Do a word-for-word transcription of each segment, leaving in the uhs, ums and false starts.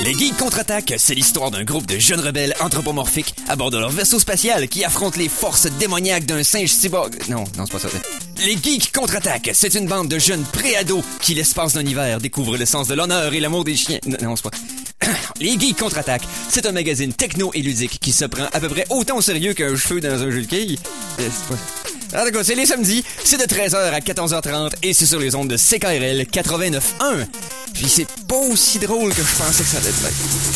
Les Geeks contre-attaquent, c'est l'histoire d'un groupe de jeunes rebelles anthropomorphiques à bord de leur vaisseau spatial qui affrontent les forces démoniaques d'un singe cyborg. Non, non, c'est pas ça. Les Geeks contre-attaquent, c'est une bande de jeunes pré-ados qui, l'espace d'un hiver, découvrent le sens de l'honneur et l'amour des chiens. Non, non c'est pas... Les Geeks contre-attaquent, c'est un magazine techno et ludique qui se prend à peu près autant au sérieux qu'un cheveu dans un jeu de quilles. Euh, c'est pas... En tout cas, c'est les samedis, c'est de treize heures à quatorze heures trente et c'est sur les ondes de C K R L quatre-vingt-neuf point un. Puis c'est pas aussi drôle que je pensais que ça allait être.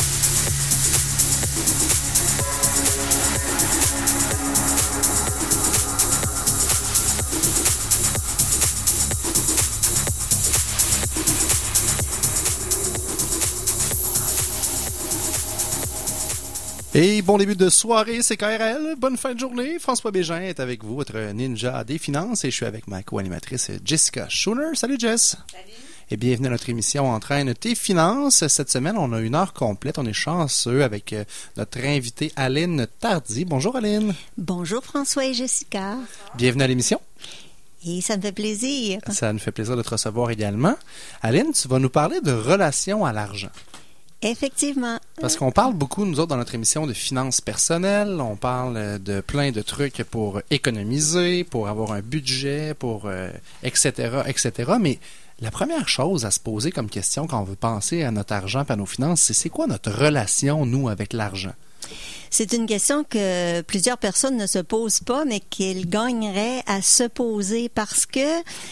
Et bon début de soirée, C K R L. Bonne fin de journée. François Bégin est avec vous, votre ninja des finances. Et je suis avec ma co-animatrice Jessica Schooner. Salut Jess. Salut. Et bienvenue à notre émission Entraîne tes finances. Cette semaine, on a une heure complète. On est chanceux avec notre invitée Aline Tardy. Bonjour Aline. Bonjour François et Jessica. Bienvenue à l'émission. Et ça me fait plaisir. Ça nous fait plaisir de te recevoir également. Aline, tu vas nous parler de relation à l'argent. Effectivement. Parce qu'on parle beaucoup, nous autres, dans notre émission, de finances personnelles. On parle de plein de trucs pour économiser, pour avoir un budget, pour euh, et cetera, et cetera. Mais la première chose à se poser comme question quand on veut penser à notre argent et à nos finances, c'est c'est quoi notre relation, nous, avec l'argent? C'est une question que plusieurs personnes ne se posent pas, mais qu'ils gagneraient à se poser parce que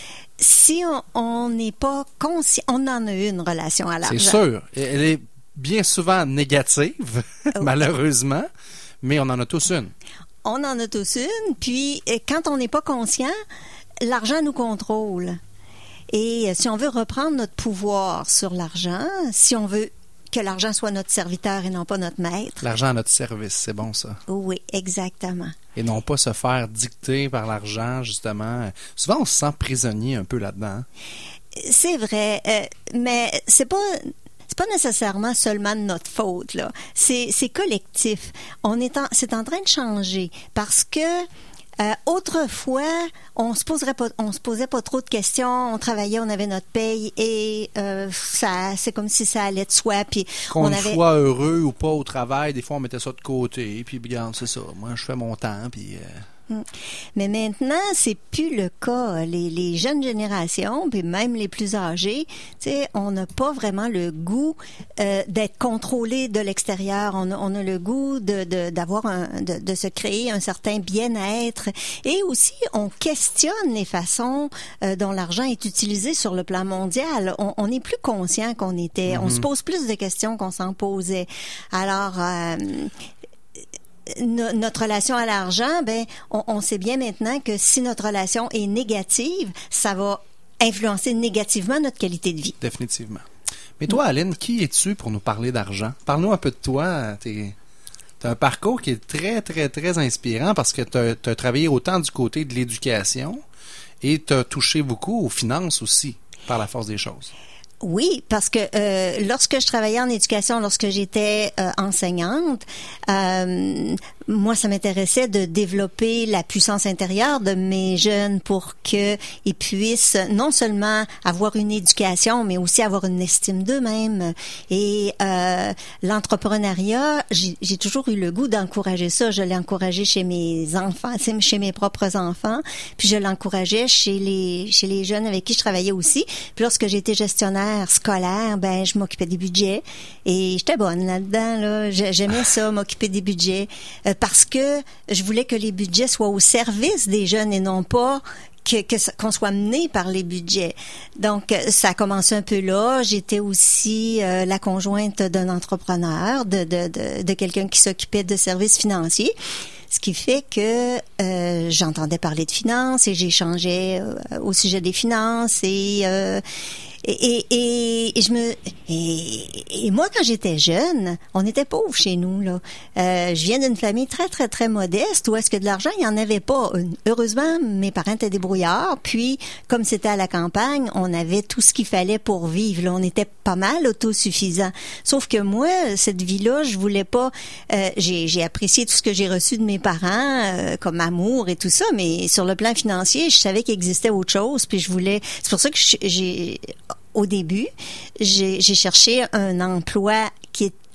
si on n'est pas conscient, on en a une relation à l'argent. C'est sûr. Elle est bien souvent négative, oui. Malheureusement, mais on en a tous une. On en a tous une, puis quand on n'est pas conscient, l'argent nous contrôle. Et si on veut reprendre notre pouvoir sur l'argent, si on veut que l'argent soit notre serviteur et non pas notre maître. L'argent à notre service, c'est bon ça. Oui, exactement. Et non pas se faire dicter par l'argent, justement. Souvent, on se sent prisonnier un peu là-dedans. C'est vrai, euh, mais c'est pas... C'est pas nécessairement seulement de notre faute, là. C'est, c'est collectif. On est en, c'est en train de changer parce que euh, autrefois, on se poserait pas, on se posait pas trop de questions. On travaillait, on avait notre paye et euh, ça, c'est comme si ça allait de soi. Puis qu'on on avait... soit heureux ou pas au travail, des fois on mettait ça de côté. Puis regarde, c'est ça. Moi, je fais mon temps. Puis euh... Mais maintenant, c'est plus le cas. Les, les jeunes générations, puis même les plus âgés, tu sais, on n'a pas vraiment le goût euh, d'être contrôlé de l'extérieur. On a, on a le goût de, de d'avoir un, de, de se créer un certain bien-être. Et aussi, on questionne les façons euh, dont l'argent est utilisé sur le plan mondial. On, on est plus conscient qu'on était. Mm-hmm. On se pose plus de questions qu'on s'en posait. Alors. Euh, notre relation à l'argent, ben, on, on sait bien maintenant que si notre relation est négative, ça va influencer négativement notre qualité de vie. Définitivement. Mais toi, Aline, qui es-tu pour nous parler d'argent? Parle-nous un peu de toi. T'es, t'as un parcours qui est très, très, très inspirant parce que t'as, t'as travaillé autant du côté de l'éducation et t'as touché beaucoup aux finances aussi, par la force des choses. Oui, parce que euh, lorsque je travaillais en éducation, lorsque j'étais euh, enseignante, euh, moi, ça m'intéressait de développer la puissance intérieure de mes jeunes pour qu'ils puissent non seulement avoir une éducation, mais aussi avoir une estime d'eux-mêmes. Et euh, l'entrepreneuriat, j'ai, j'ai toujours eu le goût d'encourager ça. Je l'ai encouragé chez mes enfants, chez mes propres enfants, puis je l'encourageais chez les chez les jeunes avec qui je travaillais aussi. Puis lorsque j'étais gestionnaire scolaire, ben je m'occupais des budgets et j'étais bonne là-dedans là. J'aimais ça, m'occuper des budgets euh, parce que je voulais que les budgets soient au service des jeunes et non pas que, que qu'on soit mené par les budgets. Donc ça a commencé un peu là. J'étais aussi euh, la conjointe d'un entrepreneur, de de de, de quelqu'un qui s'occupait de services financiers. Ce qui fait que euh, j'entendais parler de finances et j'échangeais euh, au sujet des finances et euh, Et, et, et je me et, et moi quand j'étais jeune, on était pauvres chez nous là. Euh, je viens d'une famille très très très modeste où est-ce que de l'argent il y en avait pas. Heureusement, mes parents étaient débrouillards. Puis comme c'était à la campagne, on avait tout ce qu'il fallait pour vivre. Là, on était pas mal autosuffisants. Sauf que moi, cette vie-là, je voulais pas. Euh, j'ai, j'ai apprécié tout ce que j'ai reçu de mes parents euh, comme amour et tout ça, mais sur le plan financier, je savais qu'il existait autre chose. Puis je voulais. C'est pour ça que j'ai Au début, j'ai, j'ai cherché un emploi qui,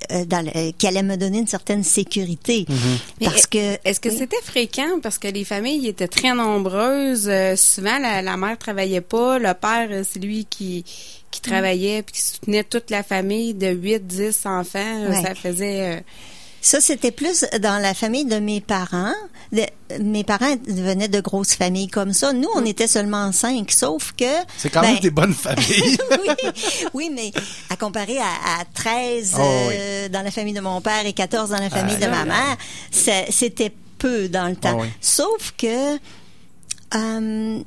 dans le, qui allait me donner une certaine sécurité. Mm-hmm. Parce Mais que est-ce que oui. c'était fréquent parce que les familles étaient très nombreuses, euh, souvent la, la mère travaillait pas, le père euh, c'est lui qui qui travaillait puis qui soutenait toute la famille de huit, dix enfants, Ouais. ça faisait euh, Ça, c'était plus dans la famille de mes parents. De, mes parents venaient de grosses familles comme ça. Nous, on était seulement cinq, sauf que... C'est quand ben, même des bonnes familles. oui, oui, mais à comparer à, à treize Oh, euh, oui. dans la famille de mon père et quatorze dans la famille Ah, de ma là, mère, c'est- c'était peu dans le temps. Oh, oui. Sauf que... euh,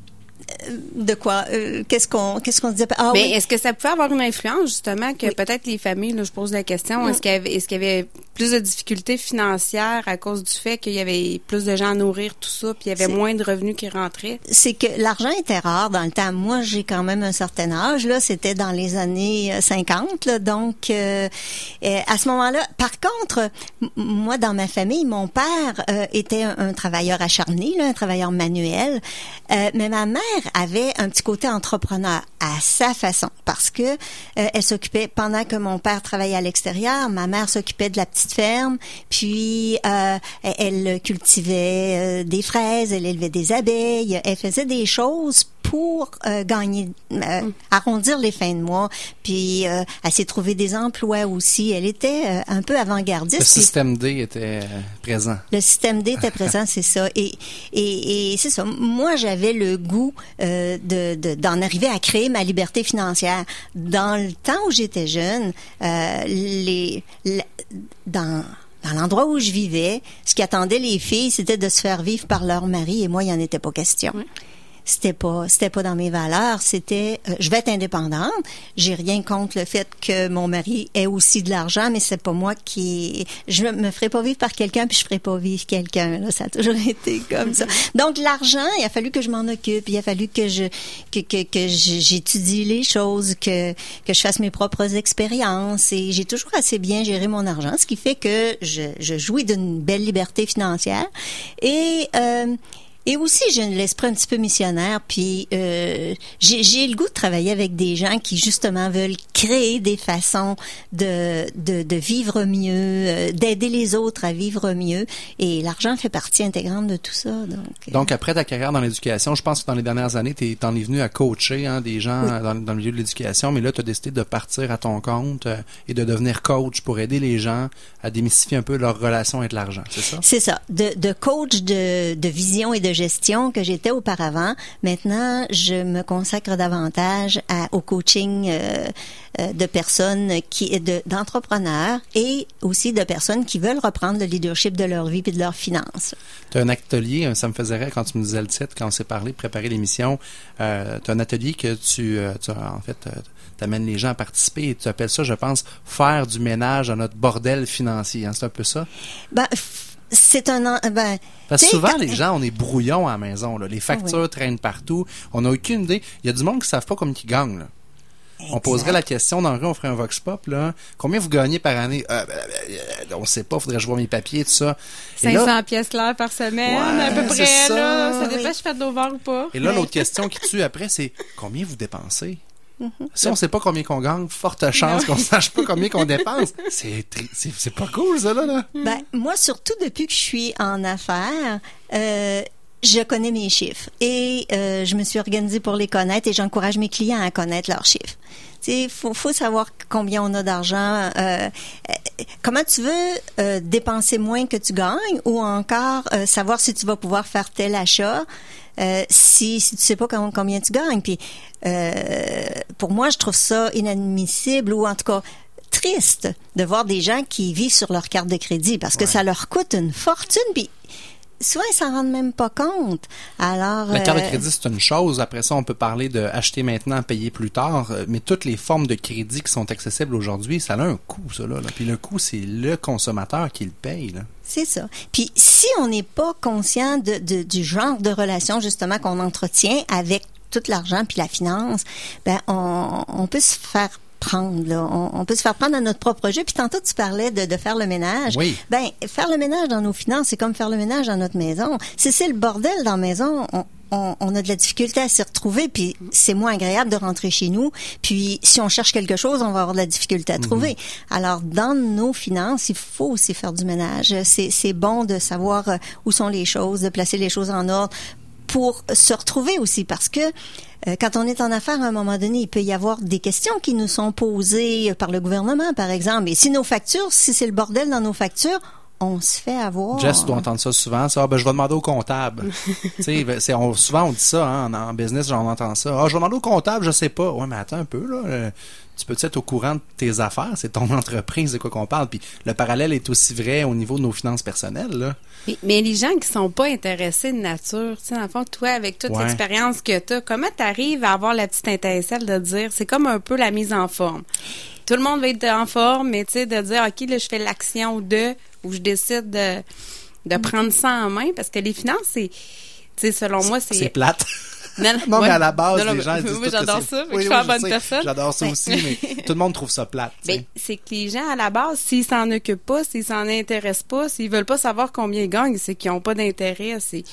de quoi? Euh, qu'est-ce qu'on qu'est-ce qu'on disait? Ah, mais oui. est-ce que ça pouvait avoir une influence, justement, que Oui. peut-être les familles, là, je pose la question, Mm. est-ce qu'il y avait, est-ce qu'il y avait plus de difficultés financières à cause du fait qu'il y avait plus de gens à nourrir, tout ça, puis il y avait C'est- moins de revenus qui rentraient? C'est que l'argent était rare dans le temps. Moi, j'ai quand même un certain âge, là. C'était dans les années cinquante, là. Donc, euh, euh, à ce moment-là, par contre, m- moi, dans ma famille, mon père euh, était un, un travailleur acharné, là, un travailleur manuel. Euh, mais ma mère avait un petit côté entrepreneur à sa façon parce que euh, elle s'occupait, pendant que mon père travaillait à l'extérieur, ma mère s'occupait de la petite ferme, puis euh, elle cultivait euh, des fraises, elle élevait des abeilles, elle faisait des choses pour euh, gagner, euh, arrondir les fins de mois, puis euh, elle s'est trouvé des emplois aussi. Elle était euh, un peu avant-gardiste. Le puis- système D était euh, présent. le système D était présent, c'est ça. Et, et, et c'est ça. Moi, j'avais le goût euh, de, de, d'en arriver à créer ma liberté financière. Dans le temps où j'étais jeune, euh, les, la- dans dans l'endroit où je vivais, ce qui attendait les filles, c'était de se faire vivre par leur mari. Et moi, il n'y en était pas question. Oui. C'était pas, c'était pas dans mes valeurs. C'était, euh, je vais être indépendante. J'ai rien contre le fait que mon mari ait aussi de l'argent, mais c'est pas moi qui, je me ferai pas vivre par quelqu'un puis je ferai pas vivre quelqu'un. Là, ça a toujours été comme ça. Donc l'argent, il a fallu que je m'en occupe. Il a fallu que je, que que que j'étudie les choses, que que je fasse mes propres expériences. Et j'ai toujours assez bien géré mon argent, ce qui fait que je je jouis d'une belle liberté financière. Et euh, Et aussi, j'ai l'esprit un petit peu missionnaire, puis euh, j'ai, j'ai le goût de travailler avec des gens qui, justement, veulent créer des façons de, de, de vivre mieux, euh, d'aider les autres à vivre mieux. Et l'argent fait partie intégrante de tout ça. Donc, euh, Donc, après ta carrière dans l'éducation, je pense que dans les dernières années, tu en es venu à coacher hein, des gens Oui. dans, dans le milieu de l'éducation, mais là, tu as décidé de partir à ton compte euh, et de devenir coach pour aider les gens à démystifier un peu leur relation avec l'argent, c'est ça? c'est ça. De, de coach de, de vision et de gestion que j'étais auparavant, maintenant, je me consacre davantage à, au coaching euh, euh, de personnes qui, de, d'entrepreneurs et aussi de personnes qui veulent reprendre le leadership de leur vie et de leurs finances. Tu as un atelier, ça me faisait rire quand tu me disais le titre, quand on s'est parlé, préparer l'émission. Euh, tu as un atelier que tu, euh, tu as, en fait, euh, t'amènes les gens à participer et tu appelles ça, je pense, faire du ménage à notre bordel financier. Hein, c'est un peu ça? Ben, c'est un... en- Ben, Parce que t'sais, souvent, quand- les gens, on est brouillons à la maison. Là. Les factures oui. traînent partout. On n'a aucune idée. Il y a du monde qui ne savent pas combien ils gagnent. Là. On poserait la question dans le rue, on ferait un vox pop. Là. Combien vous gagnez par année? Euh, ben, ben, on ne sait pas, il faudrait que je vois mes papiers, tout ça. Et cinq cents là, pièces l'heure par semaine, Ouais, à peu c'est près. ça. Là, ça Oui. dépend si je fais de l'over ou pas. et là Oui. l'autre question qui tue après, c'est combien vous dépensez? Si on ne sait pas combien qu'on gagne, forte chance qu'on ne sache pas combien qu'on dépense. C'est, tri- c'est, c'est pas cool, ça, là. là. Ben, moi, surtout depuis que je suis en affaires, euh, je connais mes chiffres et euh, je me suis organisée pour les connaître et j'encourage mes clients à connaître leurs chiffres. Il faut, faut savoir combien on a d'argent. Euh, euh, comment tu veux euh, dépenser moins que tu gagnes ou encore euh, savoir si tu vas pouvoir faire tel achat euh, si, si tu sais pas com- combien tu gagnes. Puis, euh, pour moi, je trouve ça inadmissible ou en tout cas triste de voir des gens qui vivent sur leur carte de crédit parce que Ouais. ça leur coûte une fortune. Puis, souvent, ils s'en rendent même pas compte. Alors, La carte de euh, crédit, c'est une chose. Après ça, on peut parler de acheter maintenant, payer plus tard. Euh, Mais toutes les formes de crédit qui sont accessibles aujourd'hui, ça a un coût, ça. Là. Puis le coût, c'est le consommateur qui le paye. Là. c'est ça. Puis si on n'est pas conscient de, de- du genre de relation justement qu'on entretient avec tout l'argent puis la finance, ben on, on peut se faire prendre là. On, on peut se faire prendre à notre propre jeu. Puis tantôt tu parlais de, de faire le ménage. Oui. Ben faire le ménage dans nos finances, c'est comme faire le ménage dans notre maison. Si c'est le bordel dans la maison, on on, on a de la difficulté à s'y retrouver, puis c'est moins agréable de rentrer chez nous. Puis si on cherche quelque chose, on va avoir de la difficulté à trouver. Mm-hmm. Alors, dans nos finances, il faut aussi faire du ménage. C'est, c'est bon de savoir où sont les choses, de placer les choses en ordre pour se retrouver aussi, parce que euh, quand on est en affaires, à un moment donné, il peut y avoir des questions qui nous sont posées par le gouvernement, par exemple. Et si nos factures, si c'est le bordel dans nos factures, on se fait avoir. Jess doit entendre ça souvent. Ça, ah, ben, je vais demander au comptable. tu sais, c'est, on, souvent, on dit ça, hein, en, en business, j'en entends ça. Ah, je vais demander au comptable, je sais pas. Ouais, mais attends un peu, là. Euh, tu peux être au courant de tes affaires, c'est ton entreprise de quoi qu'on parle. Puis le parallèle est aussi vrai au niveau de nos finances personnelles, là. Mais, mais les gens qui sont pas intéressés de nature, tu sais, dans le fond, toi, avec toute ouais. l'expérience que tu as, comment tu arrives à avoir la petite étincelle de dire, c'est comme un peu la mise en forme. Tout le monde va être en forme, mais tu sais, de dire, OK, là, je fais l'action de, ou je décide de, de prendre ça en main, parce que les finances, c'est, tu sais, selon moi, c'est... C'est plate. Non, non, non ouais. mais à la base, non, non, les gens mais, disent moi, tout j'adore que c'est... ça, Oui, je suis oui, une bonne sais, personne. J'adore ça aussi, mais tout le monde trouve ça plate. Ben, c'est que les gens, à la base, s'ils s'en occupent pas, s'ils s'en intéressent pas, s'ils veulent pas savoir combien ils gagnent, c'est qu'ils ont pas d'intérêt. C'est...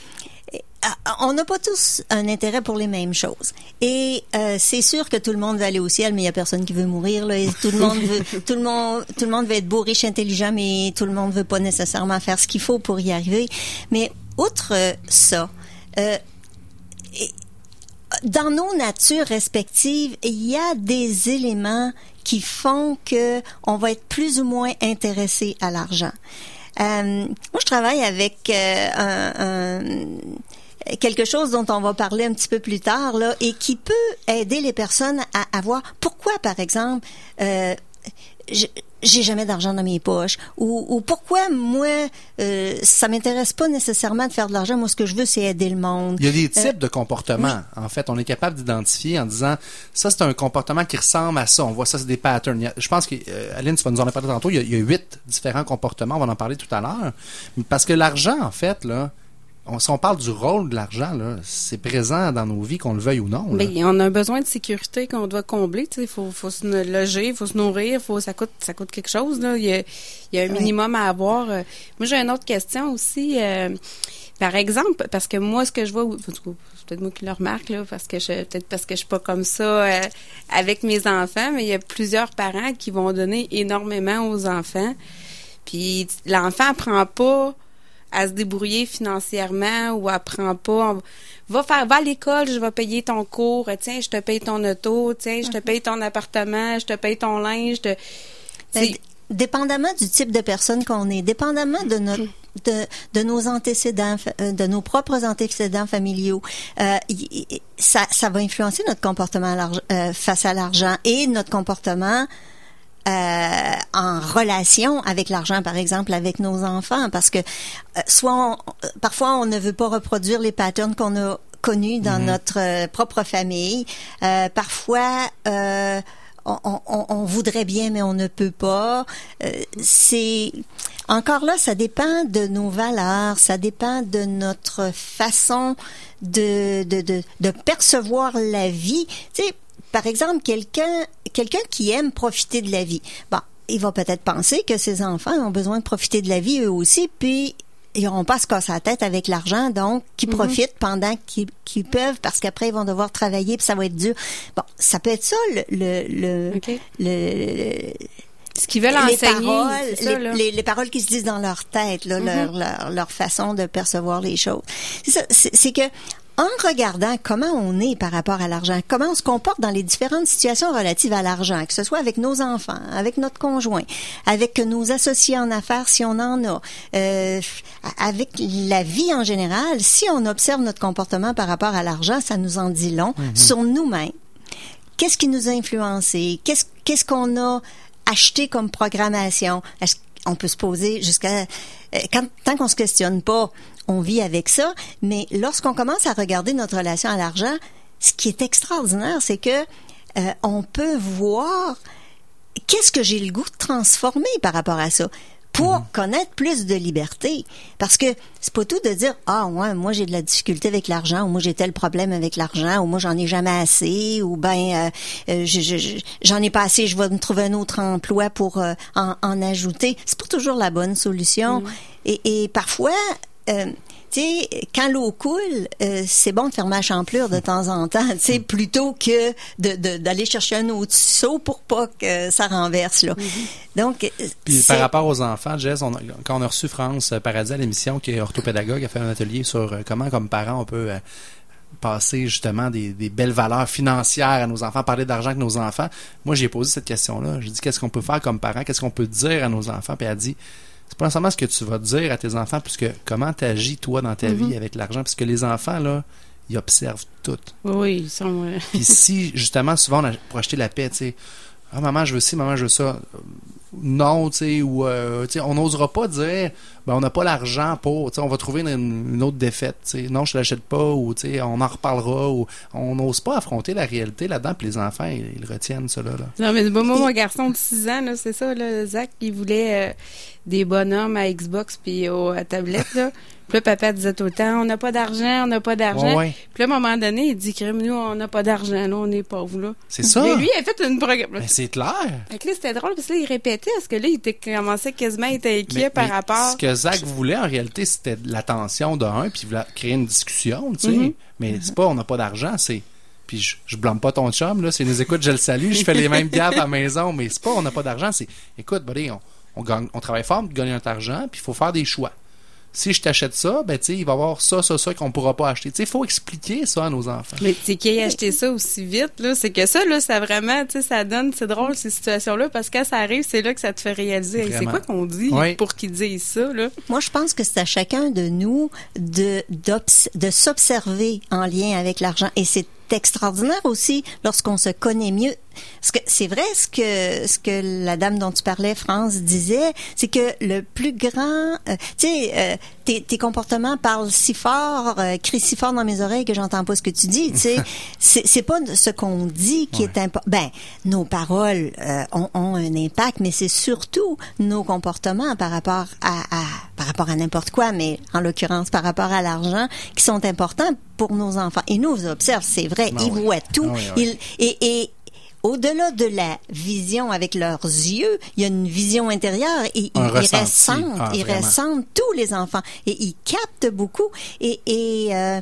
On n'a pas tous un intérêt pour les mêmes choses. Et euh, c'est sûr que tout le monde veut aller au ciel, mais il y a personne qui veut mourir. Là, et tout le monde veut, tout le monde, tout le monde veut être beau, riche, intelligent, mais tout le monde veut pas nécessairement faire ce qu'il faut pour y arriver. Mais outre ça, euh, et, dans nos natures respectives, il y a des éléments qui font que on va être plus ou moins intéressé à l'argent. Euh, moi, je travaille avec euh, un, un quelque chose dont on va parler un petit peu plus tard, là, et qui peut aider les personnes à, à voir pourquoi, par exemple, euh, je, j'ai jamais d'argent dans mes poches, ou, ou pourquoi moi euh, ça m'intéresse pas nécessairement de faire de l'argent. Moi, ce que je veux, c'est aider le monde. Il y a des types euh, de comportements. Oui. En fait, on est capable d'identifier en disant ça, c'est un comportement qui ressemble à ça. On voit ça, c'est des patterns. Il y a, je pense que euh, Aline, tu vas nous en parler tantôt. Il y, a, il y a huit différents comportements. On va en parler tout à l'heure. Parce que l'argent, en fait, là. On, si on parle du rôle de l'argent, là, c'est présent dans nos vies, qu'on le veuille ou non. Là. Mais on a un besoin de sécurité qu'on doit combler. Il faut, faut se loger, il faut se nourrir, faut, ça coûte ça coûte quelque chose. Là. Il y a, il y a un minimum à avoir. Moi, j'ai une autre question aussi. Euh, par exemple, parce que moi, ce que je vois, c'est peut-être moi qui le remarque, là, parce que je, peut-être parce que je suis pas comme ça euh, avec mes enfants, mais il y a plusieurs parents qui vont donner énormément aux enfants. Puis l'enfant prend pas à se débrouiller financièrement ou apprend pas. On va faire, va à l'école, je vais payer ton cours, tiens, je te paye ton auto, tiens, je te paye ton appartement, je te paye ton linge. Te... Ben, dépendamment du type de personne qu'on est, dépendamment de notre de, de nos antécédents, de nos propres antécédents familiaux, euh, ça, ça va influencer notre comportement à l'argent, euh, face à l'argent et notre comportement Euh, en relation avec l'argent, par exemple, avec nos enfants, parce que euh, soit on, parfois on ne veut pas reproduire les patterns qu'on a connus dans mm-hmm. notre euh, propre famille. Euh, parfois, euh, on, on, on voudrait bien, mais on ne peut pas. Euh, c'est encore là, ça dépend de nos valeurs, ça dépend de notre façon de de de, de percevoir la vie. Tu sais. Par exemple, quelqu'un quelqu'un qui aime profiter de la vie, bon, il va peut-être penser que ses enfants ont besoin de profiter de la vie eux aussi, puis ils n'auront pas à se casser la tête avec l'argent, donc qu'ils mm-hmm. profitent pendant qu'ils, qu'ils peuvent, parce qu'après ils vont devoir travailler, puis ça va être dur. Bon, ça peut être ça le le le, okay. le, le ce qu'ils veulent les enseigner, paroles, c'est ça, les, les, les paroles qui se disent dans leur tête, là, mm-hmm. leur, leur leur façon de percevoir les choses. C'est ça, c'est, c'est que en regardant comment on est par rapport à l'argent, comment on se comporte dans les différentes situations relatives à l'argent, que ce soit avec nos enfants, avec notre conjoint, avec nos associés en affaires si on en a, euh, avec la vie en général, si on observe notre comportement par rapport à l'argent, ça nous en dit long mm-hmm. sur nous-mêmes. Qu'est-ce qui nous a influencés? Qu'est-ce, qu'est-ce qu'on a acheté comme programmation? Est-ce qu'on peut se poser jusqu'à... Quand, tant qu'on se questionne pas, on vit avec ça, mais lorsqu'on commence à regarder notre relation à l'argent, ce qui est extraordinaire, c'est que euh, on peut voir qu'est-ce que j'ai le goût de transformer par rapport à ça pour mmh. connaître plus de liberté. Parce que c'est pas tout de dire « Ah, ouais, moi j'ai de la difficulté avec l'argent » ou « Moi j'ai tel problème avec l'argent » ou « Moi j'en ai jamais assez » ou « Ben, euh, je, je, je, j'en ai pas assez, je vais me trouver un autre emploi pour euh, en, en ajouter ». C'est pas toujours la bonne solution. Mmh. Et, et parfois... Euh, tu sais, quand l'eau coule, euh, c'est bon de faire ma champlure de temps en temps, tu sais, plutôt que de, de, d'aller chercher un autre seau pour pas que ça renverse, là. Mm-hmm. Donc, puis c'est... par rapport aux enfants, Jess, on a, quand on a reçu France Paradis à l'émission, qui est orthopédagogue, a fait un atelier sur euh, comment, comme parents, on peut euh, passer justement des, des belles valeurs financières à nos enfants, parler d'argent avec nos enfants. Moi, j'ai posé cette question-là. J'ai dit, qu'est-ce qu'on peut faire comme parents? Qu'est-ce qu'on peut dire à nos enfants? Puis elle a dit, c'est pas nécessairement ce que tu vas dire à tes enfants, puisque comment tu agis, toi, dans ta mm-hmm. vie avec l'argent. Puisque les enfants, là, ils observent tout. Oui, ils sont... Euh... Puis si, justement, souvent, on a, pour acheter la paix, tu sais, « Ah, maman, je veux ci, maman, je veux ça. » Non, tu sais, ou, euh, tu sais, on n'osera pas dire, ben, on n'a pas l'argent pour, tu sais, on va trouver une, une autre défaite, tu sais, non, je ne l'achète pas, ou, tu sais, on en reparlera, ou on n'ose pas affronter la réalité là-dedans, puis les enfants, ils, ils retiennent cela, là. Non, mais moi, mon garçon de six ans, là, c'est ça, là, Zach, il voulait euh, des bonhommes à Xbox puis au, à tablette, là. Puis là, papa disait tout le temps, on n'a pas d'argent, on n'a pas d'argent. Ouais, ouais. Puis là, à un moment donné, il dit, crème, nous, on n'a pas d'argent, là, on est pauvres, là. C'est ça. Mais lui, il a fait une programme. Mais c'est clair. Fait que là, c'était drôle, parce que là, il répétait, parce que là, il était commençait quasiment à être inquiet mais, par mais rapport. Ce que Zach voulait, en réalité, c'était de l'attention d'un, puis il voulait créer une discussion, tu sais. Mm-hmm. Mais mm-hmm. c'est pas, on n'a pas d'argent, c'est. Puis je, je blâme pas ton chum, là. Si il nous écoute, je le salue, je fais les mêmes gaffes à la maison, mais c'est pas, on n'a pas d'argent, c'est. Écoute, buddy, on, on, gagne, on travaille fort pour gagner notre argent, puis il faut faire des choix. Si je t'achète ça, ben, tu sais, il va y avoir ça, ça, ça qu'on pourra pas acheter. Tu sais, il faut expliquer ça à nos enfants. Mais, tu sais, qui ait acheté ça aussi vite, là, c'est que ça, là, ça vraiment, tu sais, ça donne, c'est drôle, ces situations-là, parce que quand ça arrive, c'est là que ça te fait réaliser. Hey, c'est quoi qu'on dit oui. pour qu'ils disent ça, là? Moi, je pense que c'est à chacun de nous de, de s'observer en lien avec l'argent. Et c'est extraordinaire aussi lorsqu'on se connaît mieux. Parce que c'est vrai ce que ce que la dame dont tu parlais, France, disait, c'est que le plus grand, euh, tu sais, euh, tes, tes comportements parlent si fort, euh, crient si fort dans mes oreilles que j'entends pas ce que tu dis. Tu sais, c'est c'est pas ce qu'on dit qui ouais. est important. Ben, nos paroles euh, ont, ont un impact, mais c'est surtout nos comportements par rapport à, à par rapport à n'importe quoi, mais en l'occurrence par rapport à l'argent, qui sont importants pour nos enfants. Ils nous observent, c'est vrai, ah ils oui. voient tout. Ah oui, oui. Ils, et, et au-delà de la vision avec leurs yeux, il y a une vision intérieure et ils ressentent, ah, ils ressentent tous les enfants et ils captent beaucoup et, et euh,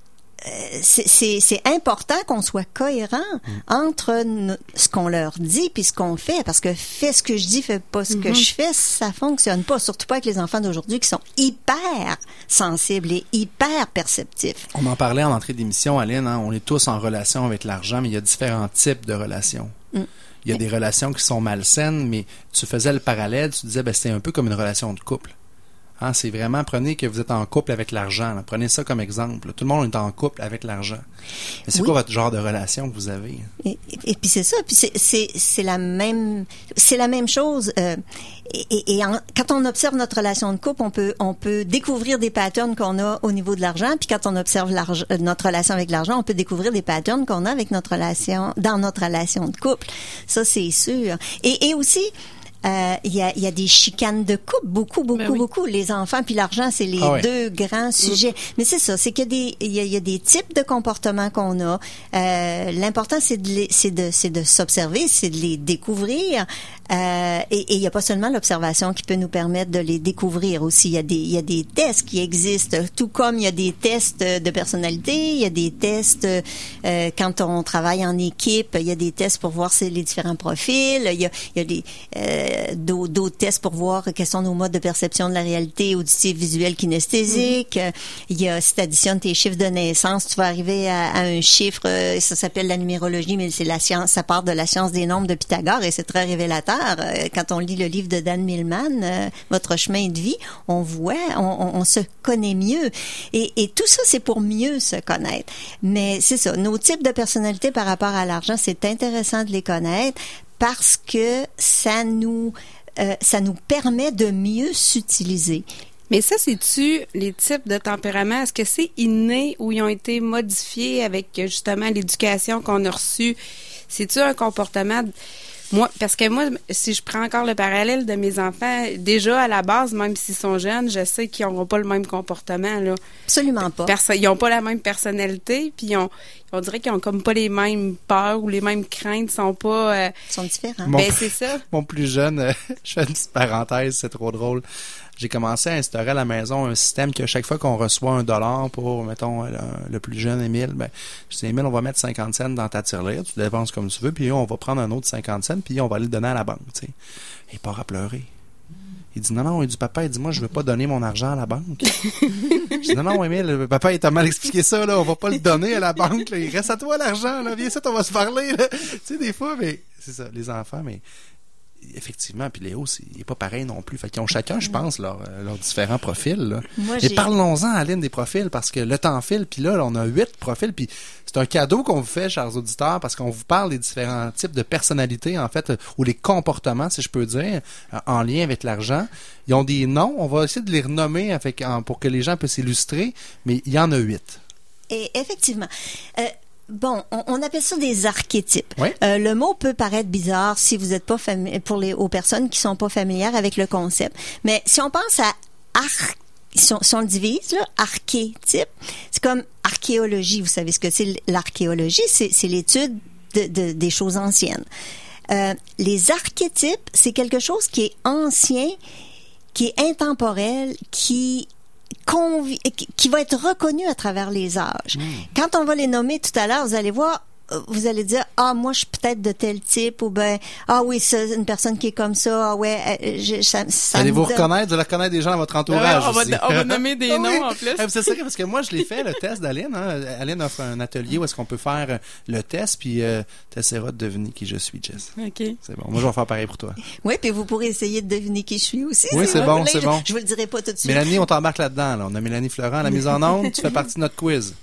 c'est, c'est, c'est important qu'on soit cohérent mm. entre no- ce qu'on leur dit puis ce qu'on fait, parce que fais ce que je dis, fais pas ce mm-hmm. que je fais, ça fonctionne pas, surtout pas avec les enfants d'aujourd'hui qui sont hyper sensibles et hyper perceptifs. On en parlait en entrée d'émission, Aline, hein, on est tous en relation avec l'argent, mais il y a différents types de relations. Mm. Il y a des relations qui sont malsaines, mais tu faisais le parallèle, tu disais, ben, c'est un peu comme une relation de couple. Hein, c'est vraiment, prenez que vous êtes en couple avec l'argent. Là. Prenez ça comme exemple. Là. Tout le monde est en couple avec l'argent. Mais c'est oui. quoi votre genre de relation que vous avez? Et, et, et puis c'est ça. Puis c'est, c'est, c'est la même, c'est la même chose. Euh, et et, et en, quand on observe notre relation de couple, on peut, on peut découvrir des patterns qu'on a au niveau de l'argent. Puis quand on observe notre relation avec l'argent, on peut découvrir des patterns qu'on a avec notre relation, dans notre relation de couple. Ça, c'est sûr. Et, et aussi, il euh, y, a, y a des chicanes de couple, beaucoup, beaucoup, ben oui. beaucoup. Les enfants puis l'argent, c'est les ah deux oui. grands sujets. Mmh. Mais c'est ça, c'est qu'il y a des, il y a, y a des types de comportements qu'on a. Euh, l'important, c'est de, les, c'est de, c'est de s'observer, c'est de les découvrir. Euh, et il n'y a pas seulement l'observation qui peut nous permettre de les découvrir aussi. Il y a des, il y a des tests qui existent, tout comme il y a des tests de personnalité, il y a des tests euh, quand on travaille en équipe, il y a des tests pour voir c'est les différents profils, il y a, il y a des euh, d'autres, d'autres tests pour voir quels sont nos modes de perception de la réalité, auditive, visuelle, kinesthésique. Mm-hmm. Il y a, si tu additionnes tes chiffres de naissance, tu vas arriver à, à un chiffre, ça s'appelle la numérologie, mais c'est la science, ça part de la science des nombres de Pythagore et c'est très révélateur. Quand on lit le livre de Dan Millman, euh, Votre chemin de vie, on voit, on, on, on se connaît mieux. Et, et tout ça, c'est pour mieux se connaître. Mais c'est ça, nos types de personnalités par rapport à l'argent, c'est intéressant de les connaître parce que ça nous, euh, ça nous permet de mieux s'utiliser. Mais ça, c'est-tu les types de tempérament? Est-ce que c'est inné ou ils ont été modifiés avec justement l'éducation qu'on a reçue? C'est-tu un comportement... Moi, parce que moi, si je prends encore le parallèle de mes enfants, déjà à la base, même s'ils sont jeunes, je sais qu'ils n'auront pas le même comportement, là. Absolument pas. Perso- ils n'ont pas la même personnalité, puis ils ont, on dirait qu'ils n'ont comme pas les mêmes peurs ou les mêmes craintes, sont pas... Euh... Ils sont différents. Mon, ben, c'est ça. Mon plus jeune, euh, je fais une petite parenthèse, c'est trop drôle. j'ai commencé à instaurer à la maison un système que chaque fois qu'on reçoit un dollar pour, mettons, le, le plus jeune Émile, ben, je dis, Émile, on va mettre cinquante cents dans ta tirelire, tu dépenses comme tu veux, puis on va prendre un autre cinquante cents, puis on va aller le donner à la banque, tu sais. Il part à pleurer. Il dit, non, non, il dit, papa, il dit, moi, je veux pas donner mon argent à la banque. Je dis, non, non, Émile, papa, il t'a mal expliqué ça, là, on va pas le donner à la banque, là. Il reste à toi l'argent, là, viens ça, on va se parler, là. Tu sais, des fois, mais, c'est ça, les enfants, mais, effectivement, puis Léo, c'est, il est pas pareil non plus. Fait qu'ils ont chacun, je pense, leurs leurs différents profils, là. Moi, Et j'ai... parlons-en, Aline, des profils, parce que le temps file, puis là, on a huit profils, puis c'est un cadeau qu'on vous fait, chers auditeurs, parce qu'on vous parle des différents types de personnalités, en fait, ou les comportements, si je peux dire, en lien avec l'argent. Ils ont des noms, on va essayer de les renommer avec, en, pour que les gens puissent s'illustrer, mais il y en a huit. Et effectivement. Euh, Bon, on, on appelle ça des archétypes. Oui. Euh, le mot peut paraître bizarre si vous n'êtes pas familier, pour les aux personnes qui sont pas familières avec le concept. Mais si on pense à arc, si on, si on le divise là, archétype, c'est comme archéologie. Vous savez ce que c'est l'archéologie? C'est, c'est l'étude de, de, des choses anciennes. Euh, les archétypes, c'est quelque chose qui est ancien, qui est intemporel, qui Convi- qui va être reconnu à travers les âges. Mmh. Quand on va les nommer tout à l'heure, vous allez voir, vous allez dire, ah, moi, je suis peut-être de tel type, ou ben, ah oui, c'est une personne qui est comme ça, ah ouais, je, ça, ça Allez-vous donne... reconnaître, vous allez reconnaître des gens dans votre entourage Ouais, on, aussi. va, on va nommer des ah, noms oui. en plus. C'est ça, parce que moi, je l'ai fait, le test d'Aline. Hein. Aline offre un atelier où est-ce qu'on peut faire le test, puis euh, tu essaieras de deviner qui je suis, Jess. OK. C'est bon. Moi, je vais faire pareil pour toi. Oui, puis vous pourrez essayer de deviner qui je suis aussi. Oui, si c'est vous bon, voulez. c'est je, bon. Je vous le dirai pas tout de suite. Mélanie, on t'embarque là-dedans. Là. On a Mélanie Florent à la mise en onde. Tu fais partie de notre quiz.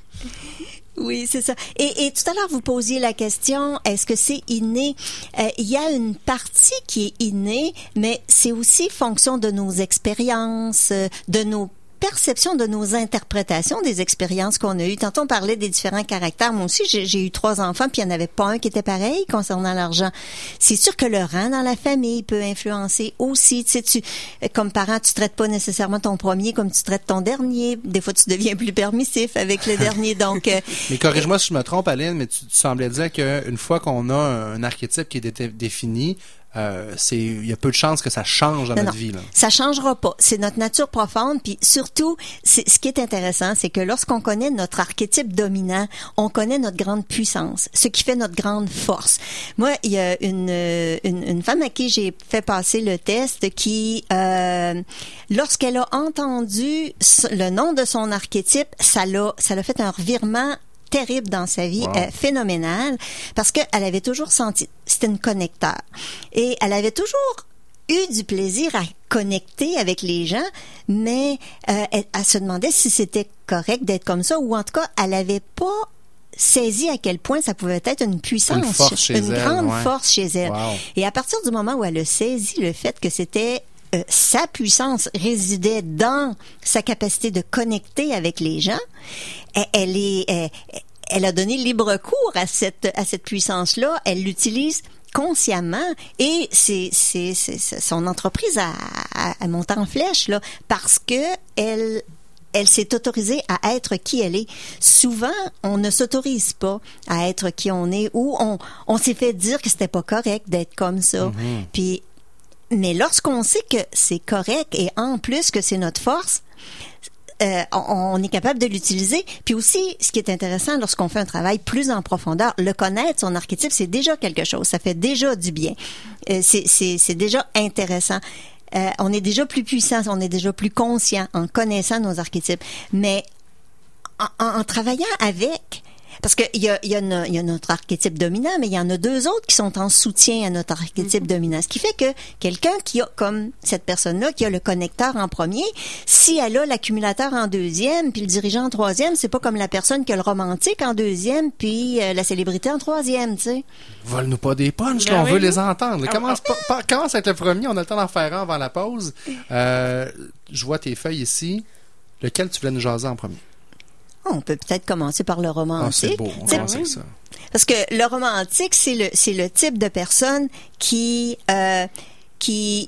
Oui, c'est ça. Et, et tout à l'heure, vous posiez la question, est-ce que c'est inné? Euh, il y a une partie qui est innée, mais c'est aussi fonction de nos expériences, de nos perception de nos interprétations des expériences qu'on a eues. Tantôt, on parlait des différents caractères. Moi aussi, j'ai, j'ai eu trois enfants, puis il n'y en avait pas un qui était pareil concernant l'argent. C'est sûr que le rang dans la famille peut influencer aussi. Tu sais, tu, comme parent, tu traites pas nécessairement ton premier comme tu traites ton dernier. Des fois, tu deviens plus permissif avec le dernier. Donc, euh, mais corrige-moi si je me trompe, Aline, mais tu, tu semblais dire qu'une fois qu'on a un archétype qui est dé- défini, Euh, c'est, il y a peu de chances que ça change dans non, notre non, vie, là. Ça changera pas. C'est notre nature profonde. Puis surtout, c'est, ce qui est intéressant, c'est que lorsqu'on connaît notre archétype dominant, on connaît notre grande puissance, ce qui fait notre grande force. Moi, il y a une, une, une femme à qui j'ai fait passer le test qui, euh, lorsqu'elle a entendu le nom de son archétype, ça l'a, ça l'a fait un revirement terrible dans sa vie, wow. euh, phénoménal, parce qu'elle avait toujours senti, c'était une connecteur, et elle avait toujours eu du plaisir à connecter avec les gens, mais euh, elle, elle se demandait si c'était correct d'être comme ça, ou en tout cas, elle avait pas saisi à quel point ça pouvait être une puissance, une, force chez une elle, grande ouais. force chez elle. Wow. Et à partir du moment où elle a saisi le fait que c'était Euh, sa puissance résidait dans sa capacité de connecter avec les gens, elle, elle est, elle, elle a donné libre cours à cette à cette puissance-là. Elle l'utilise consciemment et c'est c'est, c'est, c'est son entreprise à, à, à monter en flèche là parce que elle elle s'est autorisée à être qui elle est. Souvent, on ne s'autorise pas à être qui on est ou on on s'est fait dire que c'était pas correct d'être comme ça. Mm-hmm. Puis mais lorsqu'on sait que c'est correct et en plus que c'est notre force, euh, on, on est capable de l'utiliser. Puis aussi, ce qui est intéressant lorsqu'on fait un travail plus en profondeur, le connaître, son archétype, c'est déjà quelque chose. Ça fait déjà du bien. Euh, c'est, c'est, c'est déjà intéressant. Euh, on est déjà plus puissant, on est déjà plus conscient en connaissant nos archétypes. Mais en, en, en travaillant avec... Parce qu'il y a, y, a y a notre archétype dominant, mais il y en a deux autres qui sont en soutien à notre archétype mm-hmm. dominant. Ce qui fait que quelqu'un qui a, comme cette personne-là, qui a le connecteur en premier, si elle a l'accumulateur en deuxième, puis le dirigeant en troisième, c'est pas comme la personne qui a le romantique en deuxième, puis euh, la célébrité en troisième, tu sais. Vole-nous pas des punchs, là, on veut les entendre. Commence, pas, pas, commence avec le premier, on a le temps d'en faire un avant la pause. Euh, je vois tes feuilles ici. Lequel tu voulais nous jaser en premier? On peut peut-être commencer par le romantique. Ah, c'est beau, on commence avec ça. Parce que le romantique, c'est le c'est le type de personne qui euh, qui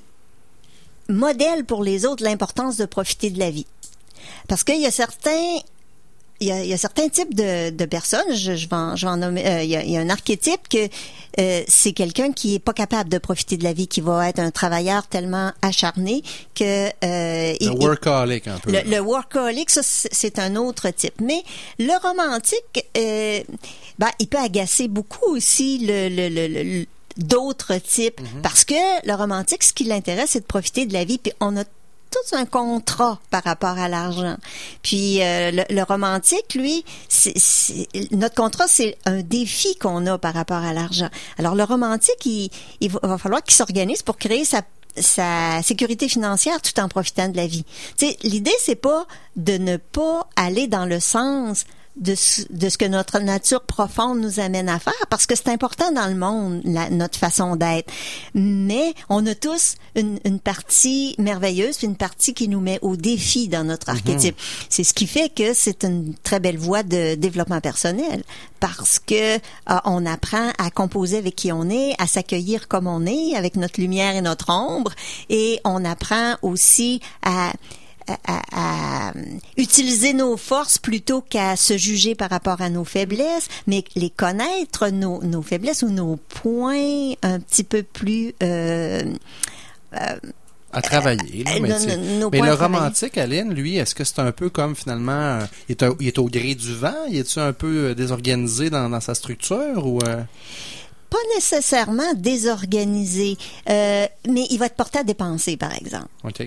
modèle pour les autres l'importance de profiter de la vie. Parce qu'il y a certains il y a, il y a certains types de, de personnes, je, je vais en, je vais en nommer, euh, il, y a, il y a un archétype que euh, c'est quelqu'un qui est pas capable de profiter de la vie, qui va être un travailleur tellement acharné que... Euh, le il, workaholic, un peu. Le, le workaholic, ça, c'est un autre type. Mais le romantique, euh, ben, il peut agacer beaucoup aussi le... le, le, le d'autres types, mm-hmm. parce que le romantique, ce qui l'intéresse, c'est de profiter de la vie, puis on a tout un contrat par rapport à l'argent. Puis euh, le, le romantique, lui, c'est, c'est, notre contrat, c'est un défi qu'on a par rapport à l'argent. Alors le romantique, il, il va, va falloir qu'il s'organise pour créer sa sa sécurité financière tout en profitant de la vie. Tu sais, l'idée, c'est pas de ne pas aller dans le sens de ce, de ce que notre nature profonde nous amène à faire, parce que c'est important dans le monde, la, notre façon d'être. Mais on a tous une, une partie merveilleuse, puis une partie qui nous met au défi dans notre archétype. Mm-hmm. C'est ce qui fait que c'est une très belle voie de développement personnel, parce que euh, on apprend à composer avec qui on est, à s'accueillir comme on est, avec notre lumière et notre ombre, et on apprend aussi à À, à, à utiliser nos forces plutôt qu'à se juger par rapport à nos faiblesses, mais les connaître, nos, nos faiblesses ou nos points un petit peu plus... Euh, euh, à travailler. Là, mais nos, nos mais le romantique, Aline, lui, est-ce que c'est un peu comme finalement, euh, il, est un, il est au gré du vent? Il est-tu un peu désorganisé dans, dans sa structure ou... Euh... Pas nécessairement désorganisé, euh, mais il va être porté à dépenser, par exemple. OK.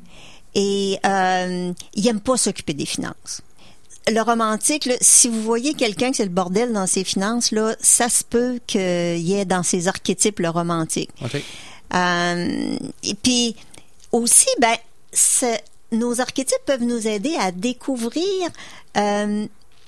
Et euh, il aime pas s'occuper des finances. Le romantique, là, si vous voyez quelqu'un que c'est le bordel dans ses finances, là, ça se peut qu'il y ait dans ses archétypes le romantique. Okay. Euh, et puis aussi, ben, nos archétypes peuvent nous aider à découvrir euh,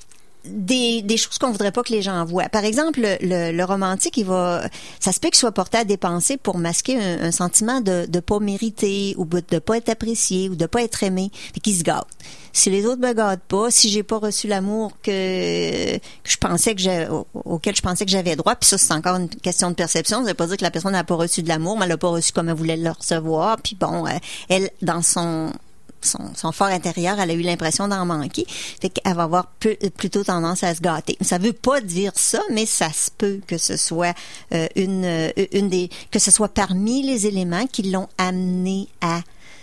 Des, des choses qu'on voudrait pas que les gens voient. Par exemple, le, le, le romantique, il va, ça se peut qu'il soit porté à dépenser pour masquer un, un sentiment de de pas mériter ou de pas être apprécié ou de pas être aimé, puis qu'il se gâte. Si les autres me gâtent pas, si j'ai pas reçu l'amour que, que je pensais que j'ai, auquel je pensais que j'avais droit, puis ça c'est encore une question de perception. Ça veut pas dire que la personne n'a pas reçu de l'amour, mais elle l'a pas reçu comme elle voulait le recevoir. Puis bon, elle dans son Son, son fort intérieur, elle a eu l'impression d'en manquer. Fait qu'elle va avoir peu, plutôt tendance à se gâter. Ça veut pas dire ça, mais ça se peut que ce soit euh, une, euh, une des, que ce soit parmi les éléments qui l'ont amené à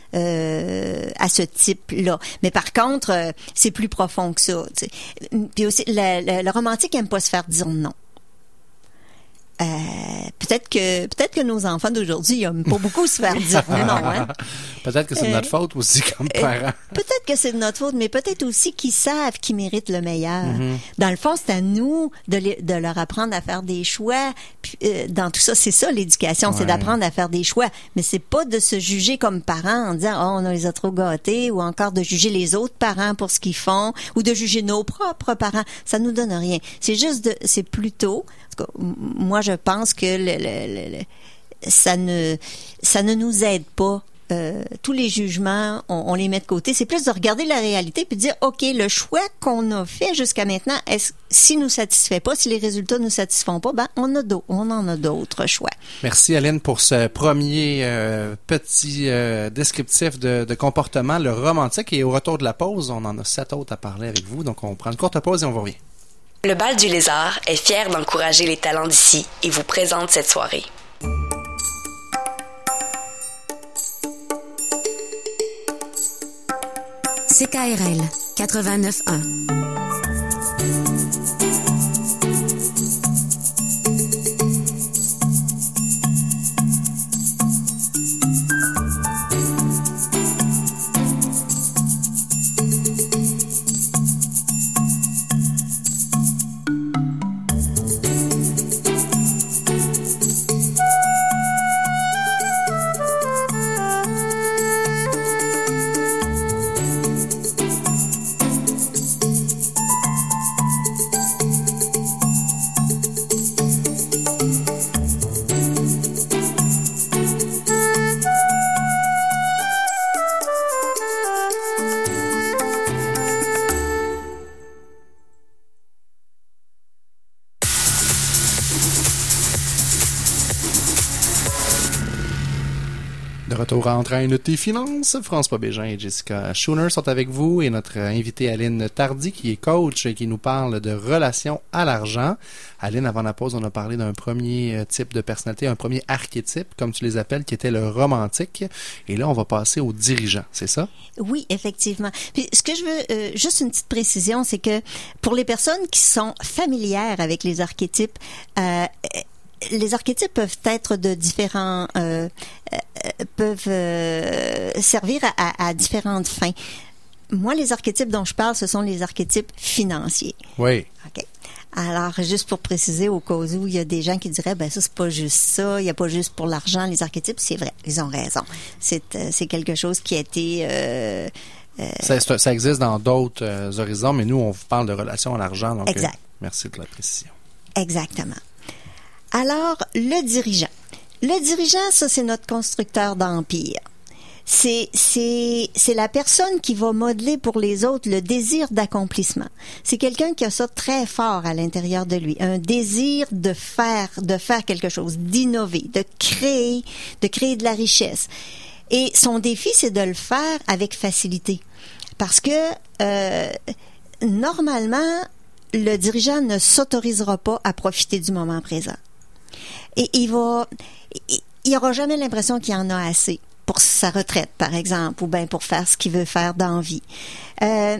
Euh, à ce type-là. Mais par contre, euh, c'est plus profond que ça. T'sais. Puis aussi, le, le, le romantique aime pas se faire dire non. Euh, peut-être que peut-être que nos enfants d'aujourd'hui n'aiment pas beaucoup se faire dire non. Hein? Peut-être que c'est de notre euh, faute aussi comme parents. Euh, peut-être que c'est de notre faute, mais peut-être aussi qu'ils savent qu'ils méritent le meilleur. Mm-hmm. Dans le fond, c'est à nous de, les, de leur apprendre à faire des choix. Puis, euh, dans tout ça, c'est ça l'éducation, ouais. C'est d'apprendre à faire des choix. Mais c'est pas de se juger comme parents en disant oh on les a trop gâtés, ou encore de juger les autres parents pour ce qu'ils font, ou de juger nos propres parents. Ça nous donne rien. C'est juste de, c'est plutôt. En tout cas, moi, je pense que le, le, le, ça ne ça ne nous aide pas. Euh, tous les jugements, on, on les met de côté. C'est plus de regarder la réalité puis de dire, OK, le choix qu'on a fait jusqu'à maintenant, est-ce, s'il nous satisfait pas, si les résultats nous satisfont pas, ben on a d'autres, on en a d'autres choix. Merci Aline pour ce premier euh, petit euh, descriptif de, de comportement, le romantique. Et au retour de la pause, on en a sept autres à parler avec vous. Donc on prend une courte pause et on va revenir. Le Bal du Lézard est fier d'encourager les talents d'ici et vous présente cette soirée. C K R L quatre-vingt-neuf un. retour à Entraîne tes finances. François Bégin et Jessica Schooner sont avec vous et notre invitée Aline Tardy qui est coach et qui nous parle de relations à l'argent. Aline, avant la pause, on a parlé d'un premier type de personnalité, un premier archétype, comme tu les appelles, qui était le romantique. Et là, on va passer au dirigeant, c'est ça? Oui, effectivement. Puis, ce que je veux, euh, juste une petite précision, c'est que pour les personnes qui sont familières avec les archétypes, euh, les archétypes peuvent être de différents, euh, euh, peuvent euh, servir à, à, à différentes fins. Moi, les archétypes dont je parle, ce sont les archétypes financiers. Oui. OK. Alors, juste pour préciser, au cas où il y a des gens qui diraient, ben ça, c'est pas juste ça, il n'y a pas juste pour l'argent les archétypes, c'est vrai, ils ont raison. C'est, euh, c'est quelque chose qui a été... Euh, euh, ça, ça existe dans d'autres euh, horizons, mais nous, on vous parle de relations à l'argent. Donc, exact. Euh, merci de la précision. Exactement. Alors, le dirigeant. Le dirigeant, ça, c'est notre constructeur d'empire. C'est, c'est, c'est la personne qui va modeler pour les autres le désir d'accomplissement. C'est quelqu'un qui a ça très fort à l'intérieur de lui. Un désir de faire, de faire quelque chose, d'innover, de créer, de créer de la richesse. Et son défi, c'est de le faire avec facilité. Parce que, euh, normalement, le dirigeant ne s'autorisera pas à profiter du moment présent. Et il va, il n'aura jamais l'impression qu'il en a assez pour sa retraite, par exemple, ou bien pour faire ce qu'il veut faire dans la vie. Euh,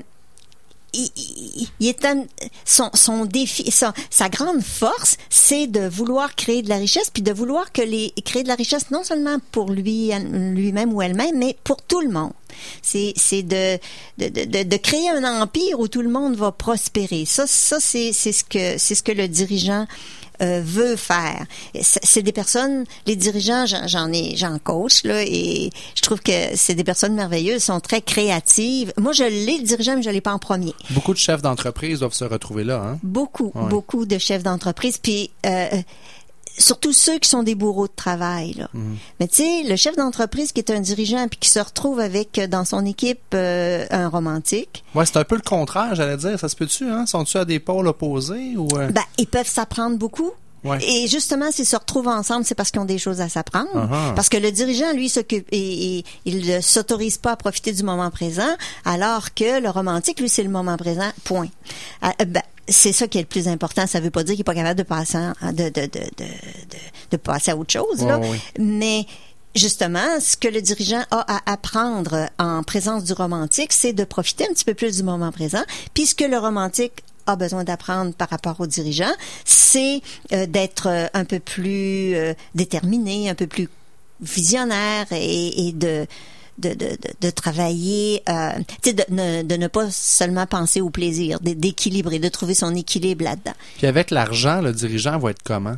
il, il, il est un, son, son défi, son, sa grande force, c'est de vouloir créer de la richesse, puis de vouloir que les créer de la richesse non seulement pour lui, lui-même ou elle-même, mais pour tout le monde. C'est, c'est de, de, de, de créer un empire où tout le monde va prospérer. Ça, ça, c'est, c'est ce que, c'est ce que le dirigeant Euh, veut faire. C'est des personnes, les dirigeants, j'en, j'en ai, j'en coach, là, et je trouve que c'est des personnes merveilleuses, sont très créatives. Moi, je l'ai, le dirigeant, mais je l'ai pas en premier. Beaucoup de chefs d'entreprise doivent se retrouver là, hein? Beaucoup, ouais. beaucoup de chefs d'entreprise, puis euh, surtout ceux qui sont des bourreaux de travail, là. Mmh. Mais tu sais, le chef d'entreprise qui est un dirigeant puis qui se retrouve avec dans son équipe euh, un romantique. Ouais, c'est un peu le contraire, j'allais dire. Ça se peut-tu, hein? Sont-tu à des pôles opposés ou euh... Ben, ils peuvent s'apprendre beaucoup. Ouais. Et justement, s'ils se retrouvent ensemble, c'est parce qu'ils ont des choses à s'apprendre. Uh-huh. Parce que le dirigeant, lui, s'occupe et, et il ne s'autorise pas à profiter du moment présent, alors que le romantique, lui, c'est le moment présent. Point. Ah, ben, c'est ça qui est le plus important. Ça veut pas dire qu'il est pas capable de passer, de, de, de, de, de, de passer à autre chose, là. Oh, oui. Mais justement, ce que le dirigeant a à apprendre en présence du romantique, c'est de profiter un petit peu plus du moment présent. Puis ce que le romantique a besoin d'apprendre par rapport au dirigeant, c'est euh, d'être euh, un peu plus euh, déterminé, un peu plus visionnaire et, et de De, de, de, de travailler, euh, tu sais, de, de, de ne pas seulement penser au plaisir, d'équilibrer, de trouver son équilibre là-dedans. Puis avec l'argent, le dirigeant va être comment?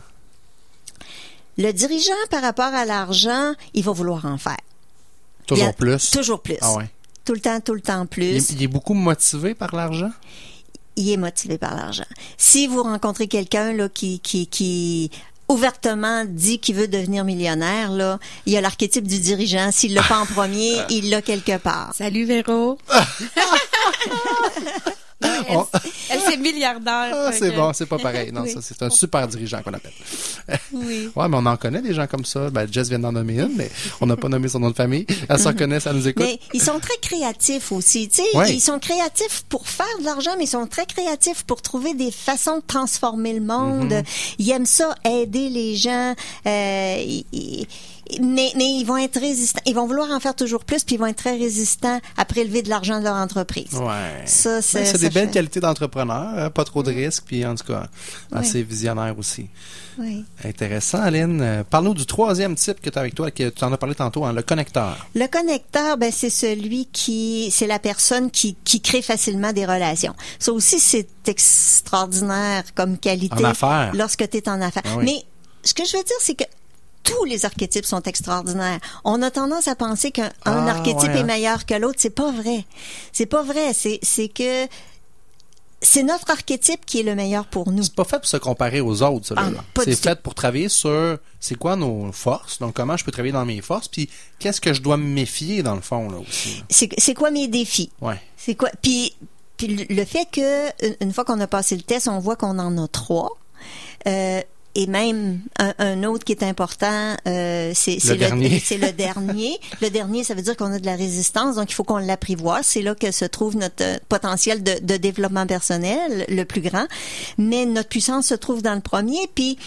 Le dirigeant, par rapport à l'argent, il va vouloir en faire. Toujours a, plus? Toujours plus. Ah ouais. Tout le temps, tout le temps plus. Il est, il est beaucoup motivé par l'argent? Il est motivé par l'argent. Si vous rencontrez quelqu'un là qui qui qui ouvertement dit qu'il veut devenir millionnaire, là, il y a l'archétype du dirigeant. S'il l'a pas en premier, il l'a quelque part. Salut Véro. Non, elle, On... elle c'est milliardaire. Ah, c'est que... bon, c'est pas pareil. Non, oui. ça, c'est un super dirigeant qu'on appelle. Oui. Ouais, mais on en connaît des gens comme ça. Ben, Jess vient d'en nommer une, mais on n'a pas nommé son nom de famille. Elle se reconnaît, ça nous écoute. Mais ils sont très créatifs aussi. Tu sais, ouais. Ils sont créatifs pour faire de l'argent, mais ils sont très créatifs pour trouver des façons de transformer le monde. Mm-hmm. Ils aiment ça, aider les gens. Euh, ils, ils, Mais, mais ils vont être résistants. Ils vont vouloir en faire toujours plus, puis ils vont être très résistants à prélever de l'argent de leur entreprise. Ouais. Ça, c'est, ouais, c'est ça des belles fait... qualités d'entrepreneur, hein, pas trop de risques, puis en tout cas, assez oui. visionnaire aussi. Oui. Intéressant, Aline. Euh, parle-nous du troisième type que tu as avec toi, que tu en as parlé tantôt, hein, le connecteur. Le connecteur, ben, c'est celui qui, c'est la personne qui, qui crée facilement des relations. Ça aussi, c'est extraordinaire comme qualité. En affaires. Lorsque tu es en affaires. Ah oui. Mais, ce que je veux dire, c'est que tous les archétypes sont extraordinaires. On a tendance à penser qu'un ah, archétype ouais, hein. est meilleur que l'autre. C'est pas vrai. C'est pas vrai. C'est, c'est que c'est notre archétype qui est le meilleur pour nous. C'est pas fait pour se comparer aux autres, ça. Ah, là. pas C'est du fait tout. pour travailler sur c'est quoi nos forces, donc comment je peux travailler dans mes forces, puis qu'est-ce que je dois me méfier dans le fond là aussi. Là. C'est, c'est quoi mes défis? Ouais. C'est quoi? Puis, puis le fait que une fois qu'on a passé le test, on voit qu'on en a trois. Euh, et même un, un autre qui est important, euh, c'est, c'est le le, dernier. c'est le dernier. Le dernier, ça veut dire qu'on a de la résistance, donc il faut qu'on l'apprivoise. C'est là que se trouve notre euh, potentiel de, de développement personnel, le plus grand. Mais notre puissance se trouve dans le premier, puis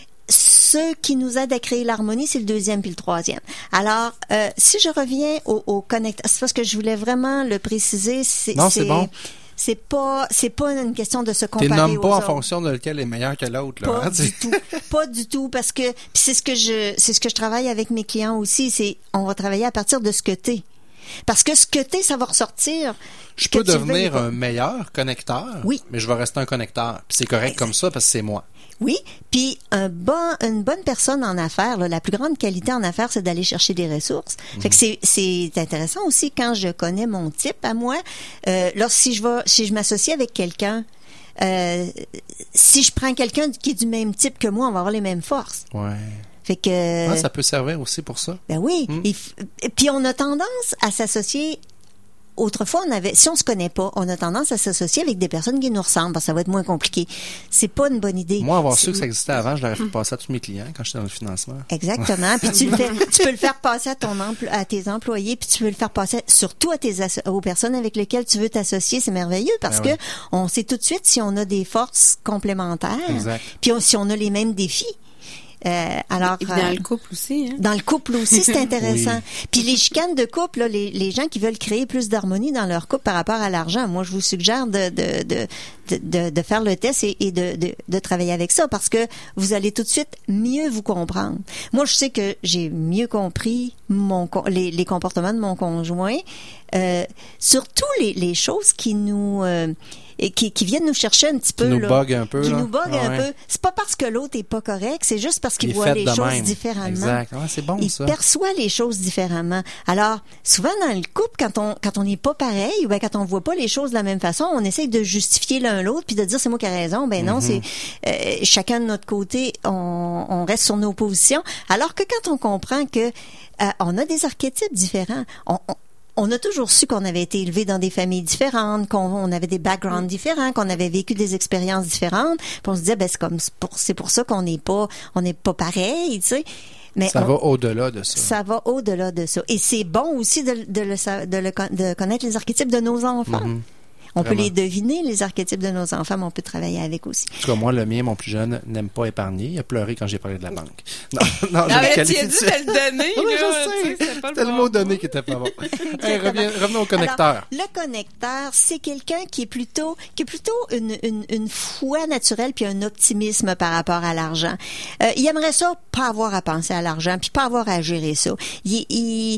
ce qui nous aide à créer l'harmonie, c'est le deuxième puis le troisième. Alors, euh, si je reviens au, au connect, c'est parce que je voulais vraiment le préciser. C'est, non, c'est, c'est bon. C'est pas, c'est pas une question de se comparer aux autres. Tu nommes pas en autres. fonction de lequel est meilleur que l'autre, là. Pas Hein, du tout. Pas du tout, parce que, puis c'est ce que je, c'est ce que je travaille avec mes clients aussi, c'est, on va travailler à partir de ce que t'es. Parce que ce que t'es, ça va ressortir. Je peux devenir veux, un meilleur connecteur, oui. mais je vais rester un connecteur. Puis c'est correct exact. Comme ça parce que c'est moi. Oui, puis un bon, une bonne personne en affaires, là, la plus grande qualité en affaires, c'est d'aller chercher des ressources. Mmh. Fait que c'est, c'est intéressant aussi quand je connais mon type à moi. Euh, là, si je vais, si je m'associe avec quelqu'un, euh, si je prends quelqu'un qui est du même type que moi, on va avoir les mêmes forces. Ouais. Fait que. Ah, ça peut servir aussi pour ça. Ben oui. Mmh. Et puis on a tendance à s'associer. Autrefois, on avait, si on se connaît pas, on a tendance à s'associer avec des personnes qui nous ressemblent, parce que ça va être moins compliqué. C'est pas une bonne idée. Moi, avoir c'est... su que ça existait avant, je l'aurais fait passer à tous mes clients quand j'étais dans le financement. Exactement. Puis tu le fais, tu peux le faire passer à ton empl- à tes employés, puis tu peux le faire passer surtout à tes asso- aux personnes avec lesquelles tu veux t'associer. C'est merveilleux parce ben que oui. on sait tout de suite si on a des forces complémentaires. Exact. Puis on, si on a les mêmes défis. Euh, alors, et dans euh, le couple aussi. Hein? Dans le couple aussi, c'est intéressant. Oui. Puis les chicanes de couple, là, les, les gens qui veulent créer plus d'harmonie dans leur couple par rapport à l'argent, moi, je vous suggère de, de, de, de, de faire le test et, et de, de, de travailler avec ça parce que vous allez tout de suite mieux vous comprendre. Moi, je sais que j'ai mieux compris mon, les, les comportements de mon conjoint, euh, surtout les, les choses qui nous... Euh, et qui, qui viennent nous chercher un petit peu. Qui nous là, bug un peu. Qui là. nous bug ah, un ouais. peu. C'est pas parce que l'autre est pas correct, c'est juste parce qu'il Il voit les choses même. différemment. Exact. Ah, c'est bon, il ça. perçoit les choses différemment. Alors, souvent dans le couple, quand on quand on n'est pas pareil, ou bien quand on voit pas les choses de la même façon, on essaye de justifier l'un l'autre puis de dire c'est moi qui ai raison. Ben non, mm-hmm. c'est euh, chacun de notre côté, on, on reste sur nos positions. Alors que quand on comprend que euh, on a des archétypes différents, on, on On a toujours su qu'on avait été élevé dans des familles différentes, qu'on on avait des backgrounds différents, qu'on avait vécu des expériences différentes. Puis on se disait, ben c'est comme c'est pour, c'est pour ça qu'on n'est pas, on n'est pas pareil, tu sais. Mais ça on, va au-delà de ça. Ça va au-delà de ça. Et c'est bon aussi de, de, le, de, le, de connaître les archétypes de nos enfants. Mm-hmm. On Vraiment. peut les deviner, les archétypes de nos enfants, mais on peut travailler avec aussi. En tout cas, moi, le mien, mon plus jeune, n'aime pas épargner. Il a pleuré quand j'ai parlé de la banque. Non, non, non mais tu as dit de le donner. Oui, là, je sais. C'était, pas C'était le, le mot donné qui était pas bon. Hey, reviens, revenons au connecteur. Alors, le connecteur, c'est quelqu'un qui est plutôt, qui est plutôt une, une, une foi naturelle puis un optimisme par rapport à l'argent. Euh, il aimerait ça, pas avoir à penser à l'argent puis pas avoir à gérer ça. Il, il,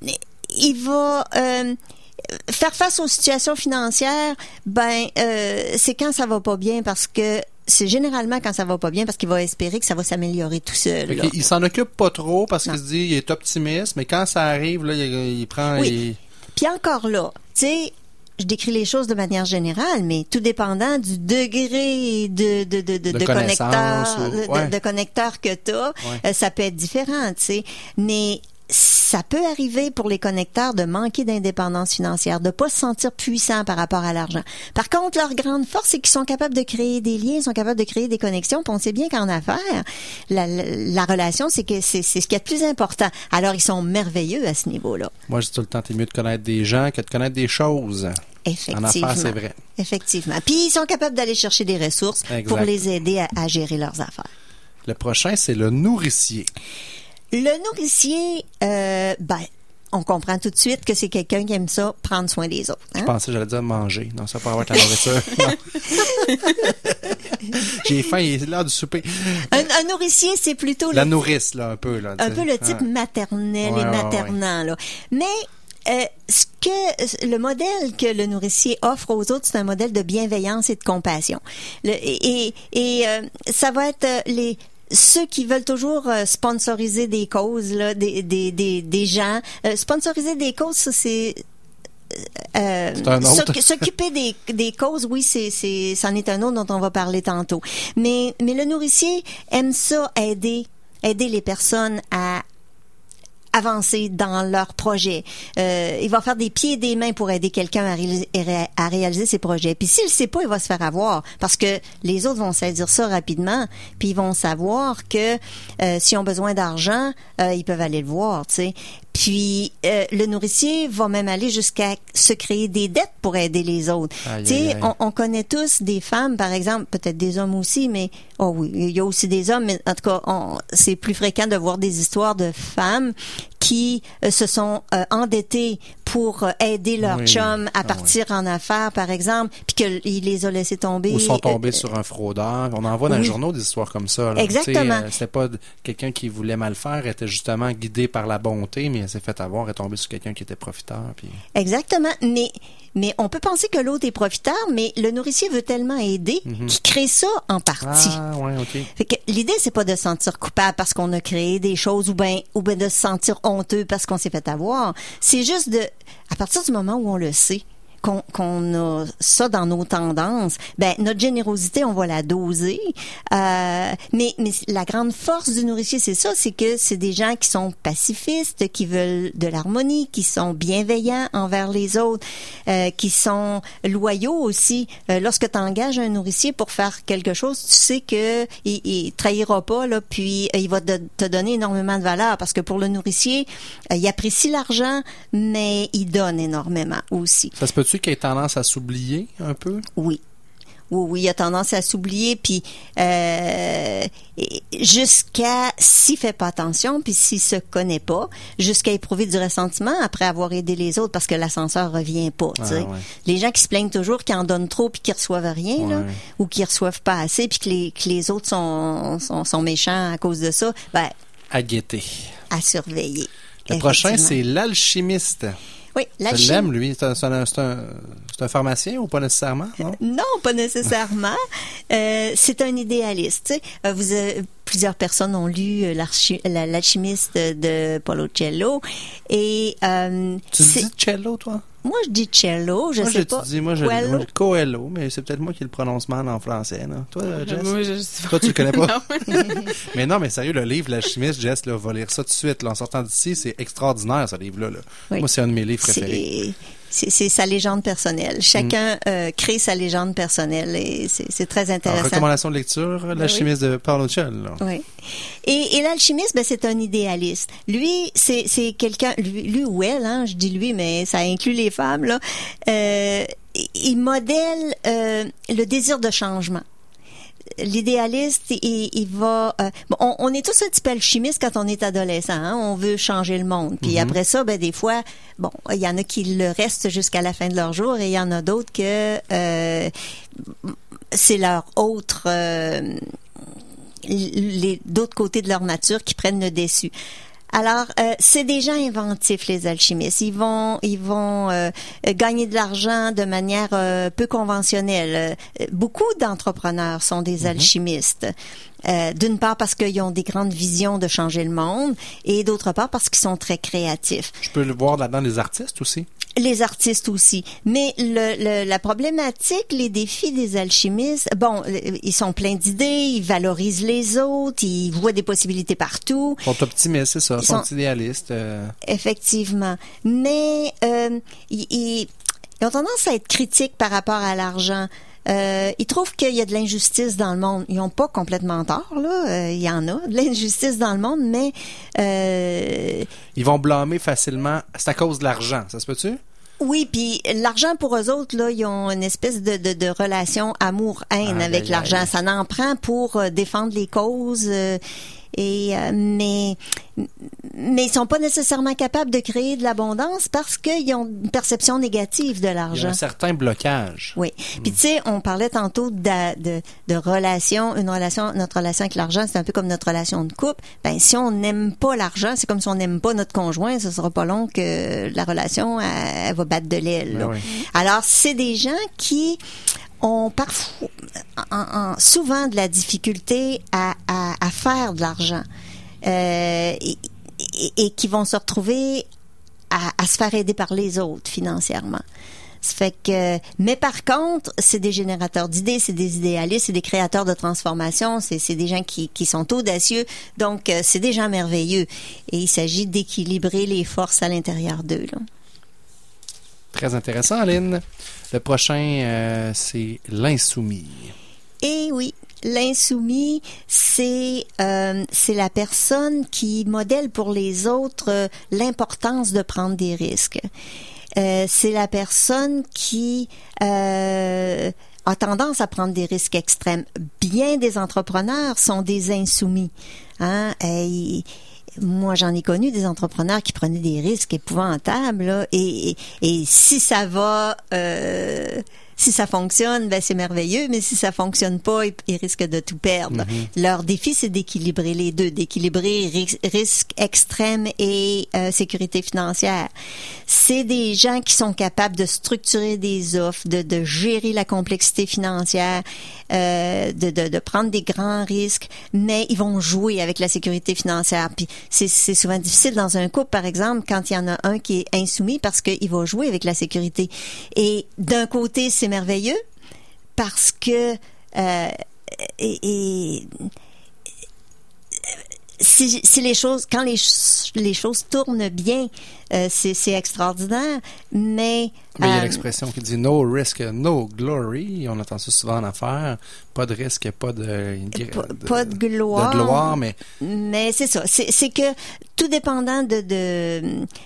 il va... Euh, faire face aux situations financières, ben euh, c'est quand ça va pas bien parce que c'est généralement quand ça va pas bien parce qu'il va espérer que ça va s'améliorer tout seul. Là. Il s'en occupe pas trop parce non. qu'il se dit il est optimiste, mais quand ça arrive là, il, il prend. Oui. Il... Puis encore là, tu sais. Je décris les choses de manière générale, mais tout dépendant du degré de de de de, de, de connecteur ou... ouais. de, de connecteur que t'as, ouais. euh, ça peut être différent, tu sais. Mais ça peut arriver pour les connecteurs de manquer d'indépendance financière, de pas se sentir puissants par rapport à l'argent. Par contre, leur grande force, c'est qu'ils sont capables de créer des liens, ils sont capables de créer des connexions. Puis on sait bien qu'en affaires, la, la, la relation, c'est que c'est, c'est ce qui est le plus important. Alors, ils sont merveilleux à ce niveau-là. Moi, je dis tout le temps, t'es mieux de connaître des gens que de connaître des choses. Effectivement. En affaires, c'est vrai. Effectivement. Puis, ils sont capables d'aller chercher des ressources exact. Pour les aider à, à gérer leurs affaires. Le prochain, c'est le nourricier. Le nourricier, euh, ben, on comprend tout de suite que c'est quelqu'un qui aime ça, prendre soin des autres. Hein? Je pensais, j'allais dire manger. Non, ça peut avoir de la nourriture. J'ai faim, il est l'heure du souper. Un, un nourricier, c'est plutôt... La le, nourrice, là, un peu. Là, un peu le type ouais. maternel ouais, et maternant. Ouais. Là. Mais... Euh, ce que le modèle que le nourricier offre aux autres, c'est un modèle de bienveillance et de compassion. Le, et et, et euh, ça va être euh, les ceux qui veulent toujours euh, sponsoriser des causes, là, des des des, des gens. Euh, sponsoriser des causes, ça, c'est Euh, s'occuper des, des causes, oui, c'est, c'est, c'en est un autre dont on va parler tantôt. Mais, mais le nourricier aime ça, aider, aider les personnes à avancer dans leur projet. Euh, il va faire des pieds et des mains pour aider quelqu'un à, réaliser, à réaliser ses projets. Puis s'il ne sait pas, il va se faire avoir parce que les autres vont saisir ça rapidement, puis ils vont savoir que euh, s'ils ont besoin d'argent, euh, ils peuvent aller le voir, tu sais. Puis euh, le nourricier va même aller jusqu'à se créer des dettes pour aider les autres. Tu sais, on, on connaît tous des femmes, par exemple, peut-être des hommes aussi, mais oh oui, il y a aussi des hommes, mais en tout cas, on, c'est plus fréquent de voir des histoires de femmes qui euh, se sont euh, endettées pour euh, aider leur oui. chum à ah, partir oui. en affaires, par exemple, puis qu'il les a laissés tomber. Ou sont tombés euh, sur un fraudeur. On en voit dans oui. les journaux des histoires comme ça. Là. Exactement. Euh, c'était pas quelqu'un qui voulait mal faire, était justement guidé par la bonté, mais elle s'est fait avoir, elle est tombée sur quelqu'un qui était profiteur. Puis... Exactement. Mais Mais on peut penser que l'autre est profiteur, mais le nourricier veut tellement aider mm-hmm. qu'il crée ça en partie. Ah, ouais, OK. Fait que l'idée, c'est pas de se sentir coupable parce qu'on a créé des choses ou ben, ou ben de se sentir honteux parce qu'on s'est fait avoir. C'est juste de, à partir du moment où on le sait, qu'on, qu'on a ça dans nos tendances, ben notre générosité, on va la doser. Euh, mais, mais la grande force du nourricier, c'est ça, c'est que c'est des gens qui sont pacifistes, qui veulent de l'harmonie, qui sont bienveillants envers les autres, euh, qui sont loyaux aussi. Euh, lorsque tu engages un nourricier pour faire quelque chose, tu sais que il, il trahira pas là, puis euh, il va te, te donner énormément de valeur parce que pour le nourricier, euh, il apprécie l'argent, mais il donne énormément aussi. Ça se peut qu'il ait tendance à s'oublier un peu? Oui. Oui, oui, il a tendance à s'oublier, puis euh, jusqu'à, s'il fait pas attention, puis s'il se connaît pas, jusqu'à éprouver du ressentiment après avoir aidé les autres, parce que l'ascenseur revient pas, tu sais. Ah, ouais. Les gens qui se plaignent toujours, qui en donnent trop, puis qui reçoivent rien, ouais. là, ou qui reçoivent pas assez, puis que les, que les autres sont, sont, sont méchants à cause de ça, ben... À guetter. À surveiller. Le prochain, c'est l'alchimiste. Oui, la Je l'aime, lui. C'est un, c'est, un, c'est, un, c'est un pharmacien ou pas nécessairement? Non, non pas nécessairement. euh, c'est un idéaliste. Euh, vous avez, plusieurs personnes ont lu l'alchimiste de Paulo Coelho. Et, euh, tu dis Coelho, toi? Moi, je dis cello, je moi, sais pas. Dit, moi, je dis moi, Coelho, mais c'est peut-être moi qui le prononce mal en français. Là. Toi, Jess? Moi, je sais pas. Toi, tu le connais pas? Non. Mais non, mais sérieux, le livre L'alchimiste, Jess, là, va lire ça tout de suite. Là, en sortant d'ici, c'est extraordinaire, ce livre-là. Là. Oui. Moi, c'est un de mes livres préférés. C'est, c'est, c'est sa légende personnelle. Chacun mm. euh, crée sa légende personnelle et c'est, c'est très intéressant. Alors, recommandation de lecture, L'alchimiste oui. de Paulo Coelho. Oui. Et, et l'alchimiste, ben, c'est un idéaliste. Lui, c'est, c'est quelqu'un, lui, lui ou elle, hein, je dis lui, mais ça inclut les femmes, là. Euh, il modèle euh, le désir de changement. L'idéaliste, il, il va... Euh, bon, on, on est tous un petit peu alchimistes quand on est adolescent. Hein? On veut changer le monde. Puis mm-hmm. après ça, ben des fois, bon, il y en a qui le restent jusqu'à la fin de leur jour et il y en a d'autres que euh, c'est leur autre... Euh, les d'autres côtés de leur nature qui prennent le dessus. Alors, euh, c'est des gens inventifs, les alchimistes. Ils vont, ils vont euh, gagner de l'argent de manière euh, peu conventionnelle. Euh, beaucoup d'entrepreneurs sont des mm-hmm. alchimistes. Euh, d'une part parce qu'ils ont des grandes visions de changer le monde et d'autre part parce qu'ils sont très créatifs. Je peux le voir là-dedans les artistes aussi? Les artistes aussi. Mais le, le, la problématique, les défis des alchimistes, bon, ils sont pleins d'idées, ils valorisent les autres, ils voient des possibilités partout. Ils sont optimistes, c'est ça, ils sont, sont idéalistes. Euh... Effectivement. Mais euh, ils, ils, ils ont tendance à être critiques par rapport à l'argent. Euh, ils trouvent qu'il y a de l'injustice dans le monde. Ils n'ont pas complètement tort, là. Euh, il y en a de l'injustice dans le monde, mais... Euh... Ils vont blâmer facilement. C'est à cause de l'argent, ça se peut-tu? Oui, puis l'argent pour eux autres, là, ils ont une espèce de, de, de relation amour-haine ah, avec l'argent. Aïe. Ça en prend pour euh, défendre les causes... Euh, Et euh, mais mais ils sont pas nécessairement capables de créer de l'abondance parce qu'ils ont une perception négative de l'argent. Il y a un certain blocage. Oui. Mm. Puis tu sais, on parlait tantôt de, de de relation, une relation, notre relation avec l'argent, c'est un peu comme notre relation de couple. Ben si on n'aime pas l'argent, c'est comme si on n'aime pas notre conjoint, ce sera pas long que la relation elle, elle va battre de l'aile. Ben oui. Alors c'est des gens qui ont parfois, en, en, souvent de la difficulté à, à, à faire de l'argent euh, et, et, et qui vont se retrouver à, à se faire aider par les autres financièrement. Ça fait que, mais par contre, c'est des générateurs d'idées, c'est des idéalistes, c'est des créateurs de transformation, c'est, c'est des gens qui, qui sont audacieux. Donc, euh, c'est des gens merveilleux. Et il s'agit d'équilibrer les forces à l'intérieur d'eux, là. Très intéressant, Aline. Le prochain, euh, c'est l'insoumis. Et oui. L'insoumis, c'est euh, c'est la personne qui modèle pour les autres euh, l'importance de prendre des risques. Euh, c'est la personne qui euh, a tendance à prendre des risques extrêmes. Bien des entrepreneurs sont des insoumis. Hein? Et, moi, j'en ai connu des entrepreneurs qui prenaient des risques épouvantables, là, et, et, et si ça va... Euh, Si ça fonctionne, ben c'est merveilleux, mais si ça fonctionne pas, ils, ils risquent de tout perdre. Mm-hmm. Leur défi, c'est d'équilibrer les deux, d'équilibrer ris- risque extrême et euh, sécurité financière. C'est des gens qui sont capables de structurer des offres, de, de gérer la complexité financière, euh, de, de, de prendre des grands risques, mais ils vont jouer avec la sécurité financière. Puis c'est, c'est souvent difficile dans un couple, par exemple, quand il y en a un qui est insoumis parce qu'il va jouer avec la sécurité. Et d'un côté, c'est merveilleux parce que euh, et, et si, si les choses quand les les choses tournent bien, euh, c'est c'est extraordinaire, mais mais il y a euh, l'expression qui dit no risk, no glory. On entend ça souvent en affaires. Pas de risque, pas de, de pas, pas de gloire. De gloire, mais mais c'est ça. C'est c'est que tout dépendant de de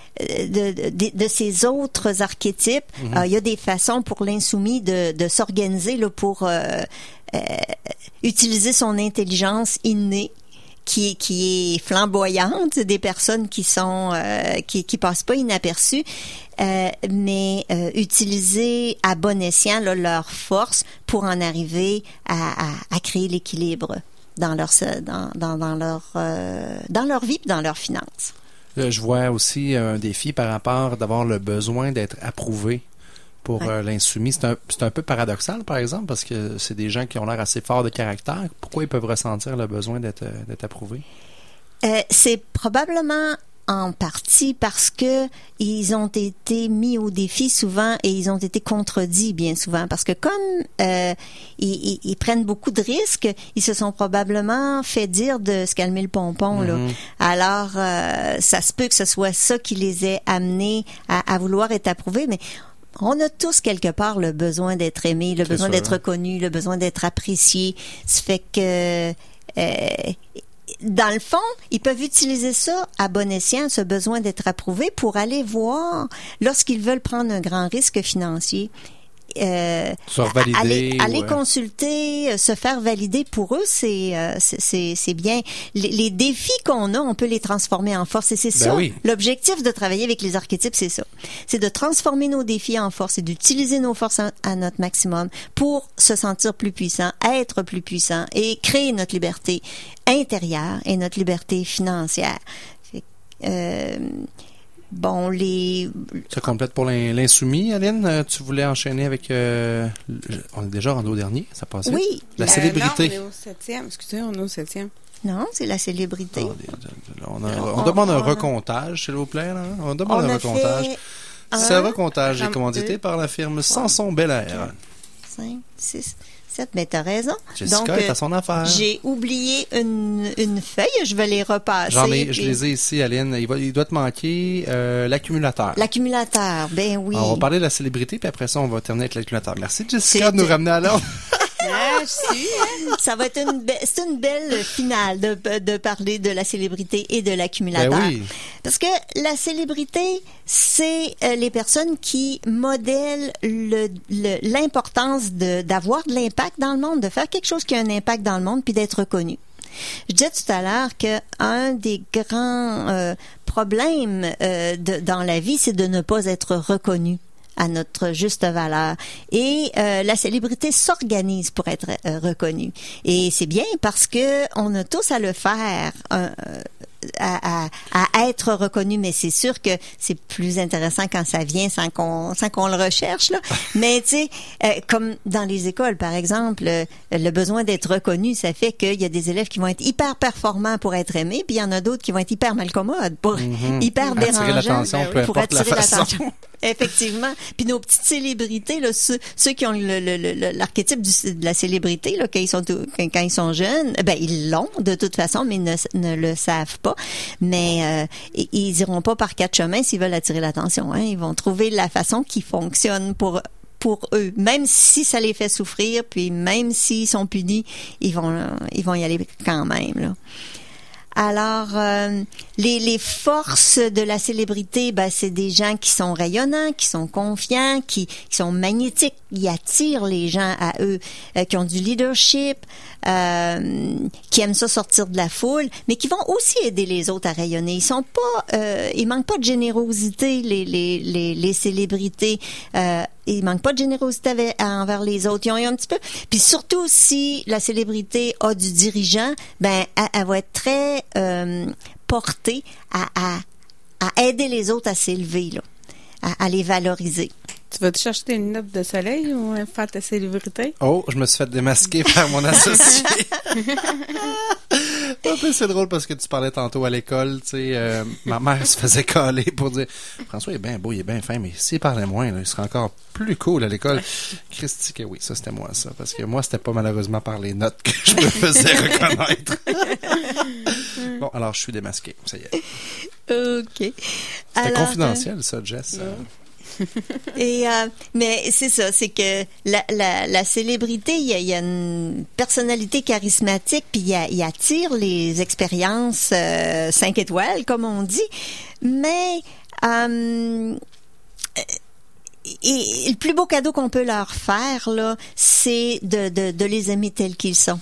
de, de, de, de ces autres archétypes, mm-hmm. euh, il y a des façons pour l'insoumis de de s'organiser là pour euh, euh, utiliser son intelligence innée. Qui, qui est flamboyante, des personnes qui sont euh, qui qui passent pas inaperçues, euh, mais euh, utiliser à bon escient là, leur force pour en arriver à, à, à créer l'équilibre dans leur dans dans, dans leur euh, dans leur vie, dans leurs finances. Je vois aussi un défi par rapport d'avoir le besoin d'être approuvé. Pour ouais. euh, l'insoumis, c'est un, c'est un peu paradoxal, par exemple, parce que c'est des gens qui ont l'air assez forts de caractère. Pourquoi ils peuvent ressentir le besoin d'être, d'être approuvés? Euh, c'est probablement en partie parce que ils ont été mis au défi souvent et ils ont été contredits bien souvent. Parce que comme euh, ils, ils, ils prennent beaucoup de risques, ils se sont probablement fait dire de se calmer le pompon. Mm-hmm. Là. Alors, euh, ça se peut que ce soit ça qui les ait amenés à, à vouloir être approuvés, mais on a tous quelque part le besoin d'être aimé, le C'est besoin sûr, d'être hein? reconnu, le besoin d'être apprécié. Ça fait que, euh, dans le fond, ils peuvent utiliser ça à bon escient, ce besoin d'être approuvé, pour aller voir lorsqu'ils veulent prendre un grand risque financier. Euh, valider, aller, aller ouais. consulter, se faire valider pour eux, c'est euh, c'est, c'est, c'est bien. Les, les défis qu'on a, on peut les transformer en force et c'est ben ça. Oui. L'objectif de travailler avec les archétypes, c'est ça. C'est de transformer nos défis en force et d'utiliser nos forces à, à notre maximum pour se sentir plus puissant, être plus puissant et créer notre liberté intérieure et notre liberté financière. Fait, euh, Bon, les... Ça complète pour l'insoumis, Aline. Tu voulais enchaîner avec... Euh, on est déjà rendu au dernier, ça passe vite. Oui. La euh, célébrité. Non, on est au septième. Excusez, on est au septième. Non, c'est la célébrité. Oh, on, a, on, on demande un recomptage, s'il vous plaît. Là. On demande on un recomptage. Ce un, recomptage est commandité deux, par la firme Samson Belair. cinq, six... Mais t'as raison. Jessica Donc, est à son affaire. J'ai oublié une, une feuille, je vais les repasser. J'en ai, je les ai ici, Aline. Il, va, il doit te manquer euh, l'accumulateur. L'accumulateur, ben oui. Alors, on va parler de la célébrité, puis après ça, on va terminer avec l'accumulateur. Merci, Jessica, de nous ramener à l'ordre. Ah, je suis, hein? Ça va être une, be- c'est une belle finale de, de parler de la célébrité et de l'accumulateur. Ben oui. Parce que la célébrité, c'est euh, les personnes qui modèlent le, le, l'importance de, d'avoir de l'impact dans le monde, de faire quelque chose qui a un impact dans le monde, puis d'être reconnu. Je disais tout à l'heure qu'un des grands euh, problèmes euh, de, dans la vie, c'est de ne pas être reconnu à notre juste valeur. Et euh, la célébrité s'organise pour être euh, reconnue. Et c'est bien parce que on a tous à le faire, euh, à, à, à être reconnu, mais c'est sûr que c'est plus intéressant quand ça vient sans qu'on sans qu'on le recherche, là. Mais tu sais, euh, comme dans les écoles, par exemple, euh, le besoin d'être reconnu, ça fait qu'il y a des élèves qui vont être hyper performants pour être aimés, puis il y en a d'autres qui vont être hyper malcommodes, pour mm-hmm. hyper dérangeants attirer l'attention, ben oui, pour attirer la l'attention. Effectivement. Puis nos petites célébrités, là, ceux, ceux qui ont le, le, le, l'archétype du, de la célébrité, là, quand ils sont quand, quand ils sont jeunes, ben ils l'ont de toute façon, mais ils ne, ne le savent pas. Mais euh, ils iront pas par quatre chemins s'ils veulent attirer l'attention. Hein. Ils vont trouver la façon qui fonctionne pour pour eux, même si ça les fait souffrir, puis même s'ils sont punis, ils vont ils vont y aller quand même là. Alors, euh, les, les forces de la célébrité, ben, c'est des gens qui sont rayonnants, qui sont confiants, qui, qui sont magnétiques, ils attirent les gens à eux, euh, qui ont du leadership, euh, qui aiment ça sortir de la foule, mais qui vont aussi aider les autres à rayonner. Ils sont pas, euh, ils manquent pas de générosité, les les les, les célébrités. Euh, Ils manquent pas de générosité avec, envers les autres. Ils ont eu un petit peu. Puis surtout, si la célébrité a du dirigeant, ben elle, elle va être très euh, portée à, à, à aider les autres à s'élever, là, à, à les valoriser. Tu vas-tu chercher des lunettes de soleil ou faire ta célébrité? Oh, je me suis fait démasquer par mon associé. En plus, c'est drôle parce que tu parlais tantôt à l'école, tu sais, euh, ma mère se faisait caler pour dire « François, il est bien beau, il est bien fin, mais s'il parlait moins, là, il serait encore plus cool à l'école. » Christy, que oui, ça, c'était moi, ça. Parce que moi, c'était pas malheureusement par les notes que je me faisais reconnaître. Bon, alors, je suis démasqué, ça y est. OK. C'était alors, confidentiel, ça, Jess. Euh... Et euh, mais c'est ça, c'est que la, la, la célébrité, il y a, il y a une personnalité charismatique, puis il, y a, il attire les expériences euh, cinq étoiles, comme on dit. Mais euh, et, et le plus beau cadeau qu'on peut leur faire là, c'est de, de, de les aimer tels qu'ils sont.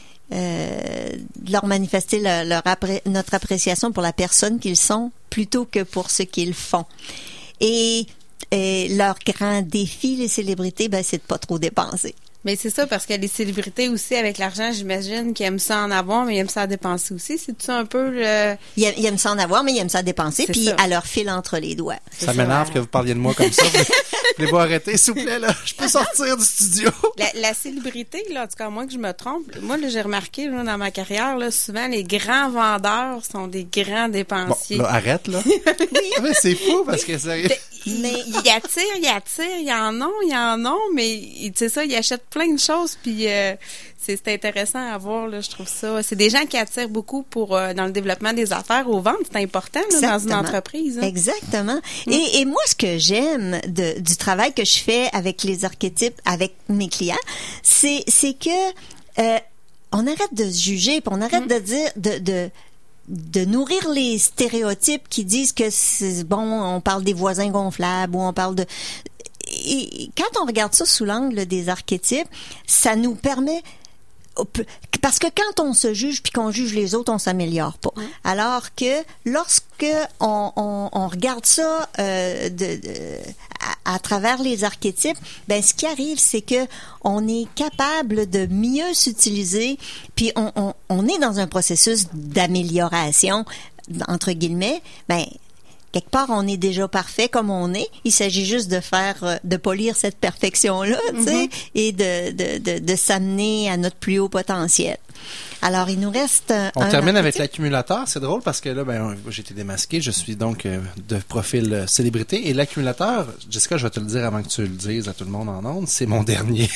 Euh, de leur manifester leur, leur appré- notre appréciation pour la personne qu'ils sont, plutôt que pour ce qu'ils font. Et Et leur grand défi, les célébrités, ben, c'est de pas trop dépenser. Mais c'est ça, parce que les célébrités aussi, avec l'argent, j'imagine qu'ils aiment ça en avoir, mais ils aiment ça en dépenser aussi. C'est-tu un peu le... Ils aiment, ils aiment ça en avoir, mais ils aiment ça dépenser, c'est puis ça. à leur fil entre les doigts. C'est ça ça, m'énerve ouais. que vous parliez de moi comme ça. Voulez-vous arrêter, s'il vous plaît, là? Je peux sortir du studio. La, la célébrité, là, en tout cas, moi que je me trompe, moi, là, j'ai remarqué, là, dans ma carrière, là, souvent, les grands vendeurs sont des grands Bon, dépensiers. là, arrête, là. Oui. Mais c'est fou, parce que ça... Mais ils attirent, ils attirent, ils en ont, ils en ont, mais tu sais ça, ils achètent plein de choses, puis euh, c'est, c'est intéressant à voir, là, je trouve ça. C'est des gens qui attirent beaucoup pour euh, dans le développement des affaires, aux ventes, c'est important là, dans une entreprise. Hein. Exactement. Mm. Et, et moi, ce que j'aime de, du travail que je fais avec les archétypes, avec mes clients, c'est, c'est que euh, on arrête de se juger, puis on arrête mm. de dire de, de de nourrir les stéréotypes qui disent que c'est bon, on parle des voisins gonflables ou on parle de... Et quand on regarde ça sous l'angle des archétypes, ça nous permet... Parce que quand on se juge puis qu'on juge les autres, on s'améliore pas. Ouais. Alors que lorsque on, on, on regarde ça euh, de, de, à, à travers les archétypes, ben ce qui arrive, c'est que on est capable de mieux s'utiliser, puis on, on, on est dans un processus d'amélioration entre guillemets. Ben quelque part, on est déjà parfait comme on est. Il s'agit juste de faire, de polir cette perfection-là, tu sais, mm-hmm. et de, de, de, de s'amener à notre plus haut potentiel. Alors, il nous reste un... On un termine avec archétype. l'accumulateur. C'est drôle parce que là, ben, j'ai été démasqué. Je suis donc euh, de profil euh, célébrité. Et l'accumulateur, Jessica, je vais te le dire avant que tu le dises à tout le monde en ondes, c'est mon dernier.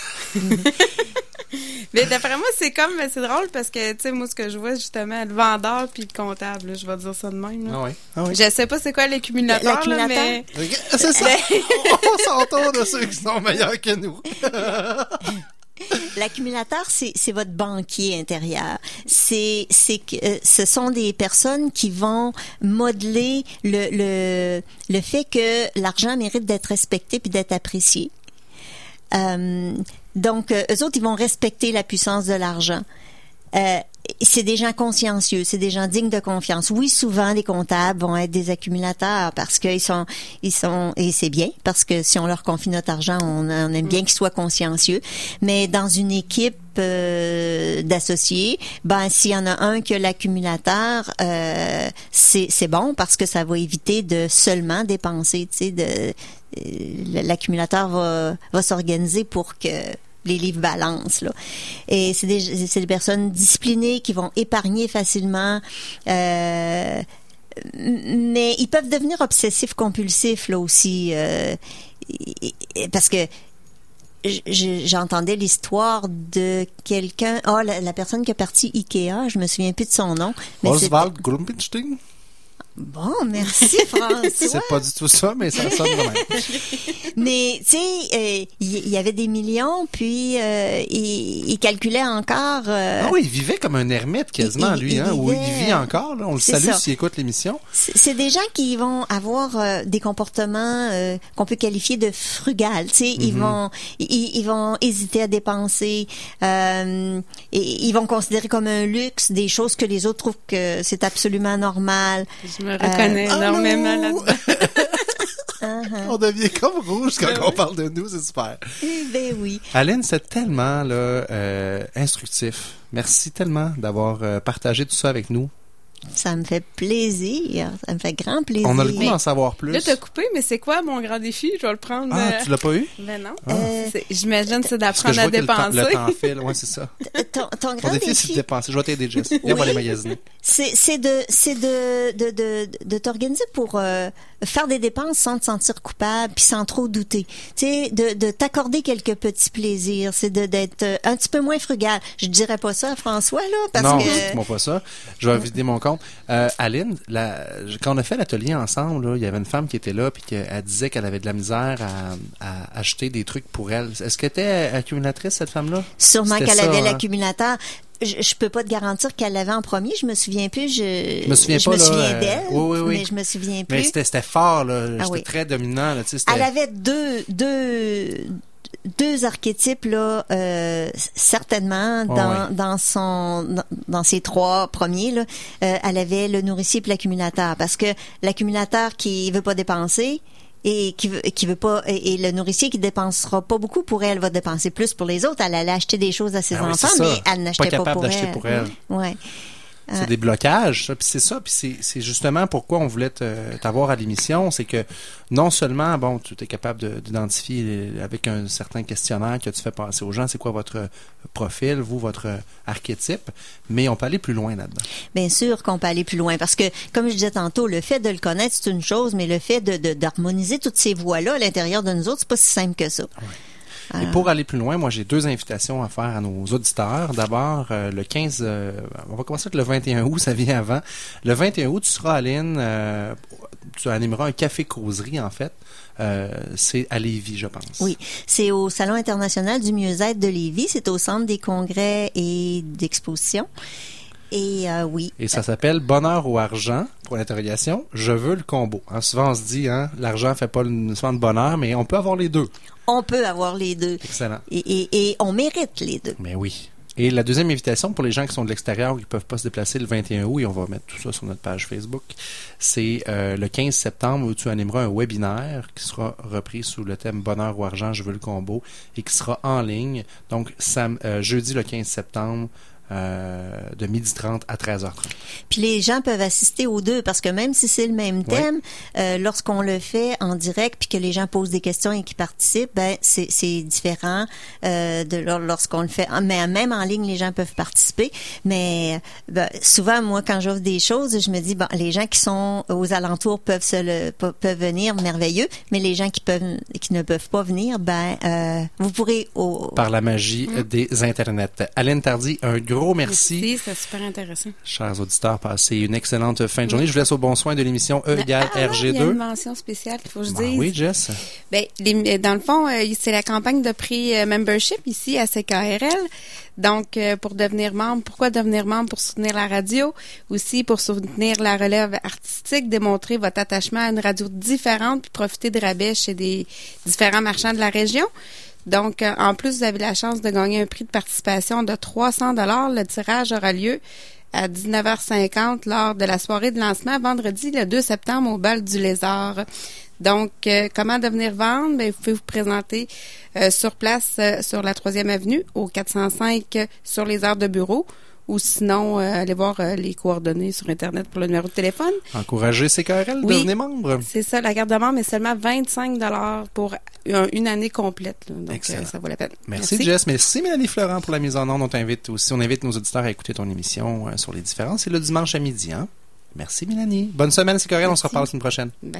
Mais d'après moi, c'est comme, c'est drôle parce que, tu sais, moi, ce que je vois, justement, le vendeur puis le comptable, là, je vais dire ça de même. Là. Ah oui. Ah oui. Je sais pas c'est quoi l'accumulateur, l'accumulateur? Là, mais... C'est ça. On s'entoure de ceux qui sont meilleurs que nous. L'accumulateur, c'est, c'est votre banquier intérieur. C'est, c'est que euh, ce sont des personnes qui vont modeler le, le, le fait que l'argent mérite d'être respecté puis d'être apprécié. Euh, donc, euh, eux autres, ils vont respecter la puissance de l'argent. Euh, c'est des gens consciencieux, c'est des gens dignes de confiance. Oui, souvent, les comptables vont être des accumulateurs parce qu'ils sont, ils sont, et c'est bien, parce que si on leur confie notre argent, on, on aime bien qu'ils soient consciencieux. Mais dans une équipe euh, d'associés, ben s'il y en a un qui a l'accumulateur, euh, c'est, c'est bon parce que ça va éviter de seulement dépenser, tu sais, de l'accumulateur va, va s'organiser pour que les livres balancent, là. Et c'est des, c'est des personnes disciplinées qui vont épargner facilement, euh, mais ils peuvent devenir obsessifs compulsifs là aussi, euh, parce que j'entendais l'histoire de quelqu'un, oh la, la personne qui a parti Ikea, je me souviens plus de son nom. Mais Oswald Grumpenstein. Bon, merci François. C'est pas du tout ça, mais ça sonne quand même. Mais tu sais, il euh, y, y avait des millions, puis euh, il, il calculait encore. Euh, ah oui, il vivait comme un ermite quasiment, il, lui, il hein, vivait, ou il vit encore. Là, on le salue s'il écoute l'émission. C'est, c'est des gens qui vont avoir euh, des comportements euh, qu'on peut qualifier de frugales. Tu sais, mm-hmm. ils vont, ils, ils vont hésiter à dépenser, euh, et, ils vont considérer comme un luxe des choses que les autres trouvent que c'est absolument normal. Je me reconnais euh, énormément oh là-dedans. Uh-huh. On devient comme rouge quand ben on oui. parle de nous, c'est super. Eh ben oui. Aline, c'est tellement là, euh, instructif. Merci tellement d'avoir euh, partagé tout ça avec nous. Ça me fait plaisir. Ça me fait grand plaisir. On a le goût d'en savoir plus. Là, t'as coupé, mais c'est quoi mon grand défi? Je vais le prendre. Ah, euh... tu l'as pas eu? Ben non. Ah. Euh, c'est, j'imagine que c'est d'apprendre à dépenser. Le temps, le temps file, ouais, c'est ça. Ton, ton, ton grand défi, défi, c'est de dépenser. Je vais t'aider, Jess. Viens, oui. On va aller magasiner. C'est, c'est de, c'est de, de, de, de t'organiser pour euh, faire des dépenses sans te sentir coupable puis sans trop douter. Tu sais, de, de t'accorder quelques petits plaisirs. C'est de, d'être un petit peu moins frugal. Je dirais pas ça à François, là, parce non, que... Non, dis-moi pas ça. Je vais vider mon compte. Euh, Aline, la, quand on a fait l'atelier ensemble, là, il y avait une femme qui était là puis qu'elle disait qu'elle avait de la misère à, à acheter des trucs pour elle. Est-ce qu'elle était accumulatrice, cette femme-là? Sûrement C'était qu'elle ça, avait hein? L'accumulateur. Je, je peux pas te garantir qu'elle l'avait en premier. Je me souviens plus. Je, je me souviens je pas, me là, souviens euh, d'elle, oui, oui, oui. mais je me souviens plus. Mais c'était, c'était fort, là. Ah, c'était oui. très dominant, là. Tu sais, c'était... Elle avait deux, deux, deux archétypes là, euh, certainement oh, dans ouais. dans son dans, dans ses trois premiers là. Euh, elle avait le nourricier et l'accumulateur, parce que l'accumulateur qui veut pas dépenser. Et qui veut, qui veut pas, et, et le nourricier qui dépensera pas beaucoup pour elle, va dépenser plus pour les autres. Elle allait acheter des choses à ses ben enfants, oui, mais elle n'achetait pas, pas, pour, d'acheter elle. pour elle. Ouais. C'est euh, des blocages, ça. Puis c'est ça, puis c'est, c'est justement pourquoi on voulait te, t'avoir à l'émission, c'est que non seulement, bon, tu es capable de, d'identifier avec un certain questionnaire que tu fais passer aux gens, c'est quoi votre profil, vous, votre archétype, mais on peut aller plus loin là-dedans. Bien sûr qu'on peut aller plus loin, parce que, comme je disais tantôt, le fait de le connaître, c'est une chose, mais le fait de, de d'harmoniser toutes ces voix-là à l'intérieur de nous autres, c'est pas si simple que ça. Ouais. Et pour aller plus loin, moi, j'ai deux invitations à faire à nos auditeurs. D'abord, euh, le quinze, euh, on va commencer avec le vingt et un août, ça vient avant. Le vingt et un août, tu seras, Aline, euh, tu animeras un café-causerie, en fait. Euh, c'est à Lévis, je pense. Oui, c'est au Salon international du mieux-être de Lévis. C'est au Centre des congrès et d'exposition. Et euh, oui. Et ça s'appelle Bonheur ou argent, pour l'interrogation. Je veux le combo. Hein, souvent, on se dit, hein, l'argent fait pas nécessairement le bonheur, mais on peut avoir les deux. On peut avoir les deux. Excellent. Et, et, et on mérite les deux. Mais oui. Et la deuxième invitation pour les gens qui sont de l'extérieur ou qui ne peuvent pas se déplacer le vingt et un août, et on va mettre tout ça sur notre page Facebook, c'est euh, le quinze septembre où tu animeras un webinaire qui sera repris sous le thème Bonheur ou argent, je veux le combo, et qui sera en ligne. Donc, sam- euh, jeudi le quinze septembre, Euh, de midi trente à treize heures trente. Puis les gens peuvent assister aux deux, parce que même si c'est le même thème, oui. euh, lorsqu'on le fait en direct puis que les gens posent des questions et qu'ils participent, ben c'est, c'est différent euh, de lorsqu'on le fait. Mais même en ligne, les gens peuvent participer. Mais ben, souvent, moi, quand j'offre des choses, je me dis, bon, les gens qui sont aux alentours peuvent se le, peuvent venir, merveilleux. Mais les gens qui peuvent, qui ne peuvent pas venir, ben euh, vous pourrez au... par la magie mmh. des internets. Aline Tardy, un gros merci. Merci, c'est super intéressant. Chers auditeurs, passez une excellente fin de journée. Je vous laisse au bon soin de l'émission E égale R G deux. Il y a une mention spéciale qu'il faut que je ben dise. Oui, Jess. Ben, les, dans le fond, euh, c'est la campagne de prix euh, membership ici à C K R L. Donc, euh, pour devenir membre, pourquoi devenir membre? Pour soutenir la radio, aussi pour soutenir la relève artistique, démontrer votre attachement à une radio différente, puis profiter de rabais chez des différents marchands de la région. Donc, euh, en plus, vous avez la chance de gagner un prix de participation de trois cents dollars. Le tirage aura lieu à dix-neuf heures cinquante lors de la soirée de lancement vendredi le deux septembre au Bal du Lézard. Donc, euh, comment devenir vendre? Bien, vous pouvez vous présenter euh, sur place euh, sur la troisième avenue au quatre cent cinq euh, sur les heures de bureau. Ou sinon, euh, allez voir euh, les coordonnées sur Internet pour le numéro de téléphone. Encouragez C K R L, oui, devenez membre. C'est ça, la carte de membre est seulement vingt-cinq dollars pour un, une année complète. Là. Donc, excellent. Euh, ça vaut la peine. Merci, Merci, Jess. Merci, Mélanie Florent, pour la mise en onde. On t'invite aussi, on invite nos auditeurs à écouter ton émission euh, sur les différences. C'est le dimanche à midi, hein? Merci, Mélanie. Bonne semaine, c'est correct. On se reparle la semaine prochaine. Ben.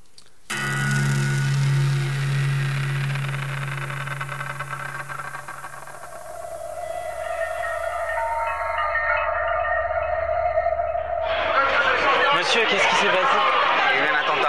Monsieur, qu'est-ce qui s'est passé? Il y a eu un attentat.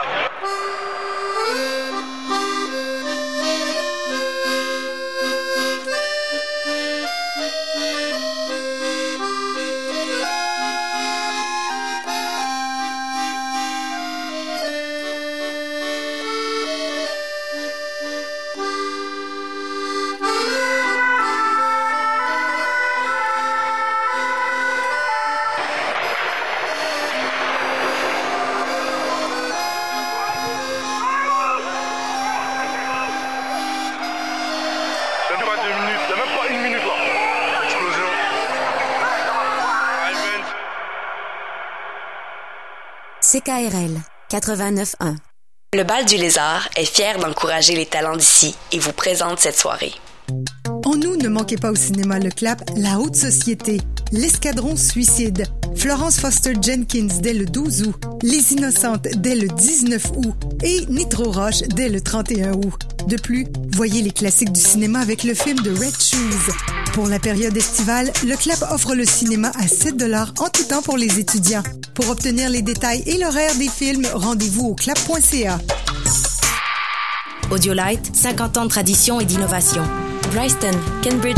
C K R L quatre-vingt-neuf un. Le Bal du Lézard est fier d'encourager les talents d'ici et vous présente cette soirée. En août, ne manquez pas au cinéma Le Clap La Haute Société, L'Escadron Suicide, Florence Foster Jenkins dès le douze août, Les Innocentes dès le dix-neuf août et Nitro Roche dès le trente et un août. De plus, voyez les classiques du cinéma avec le film de Red Shoes. Pour la période estivale, Le Clap offre le cinéma à sept dollars en tout temps pour les étudiants. Pour obtenir les détails et l'horaire des films, rendez-vous au clap point c a. Audiolite, cinquante ans de tradition et d'innovation. Bryston, Cambridge.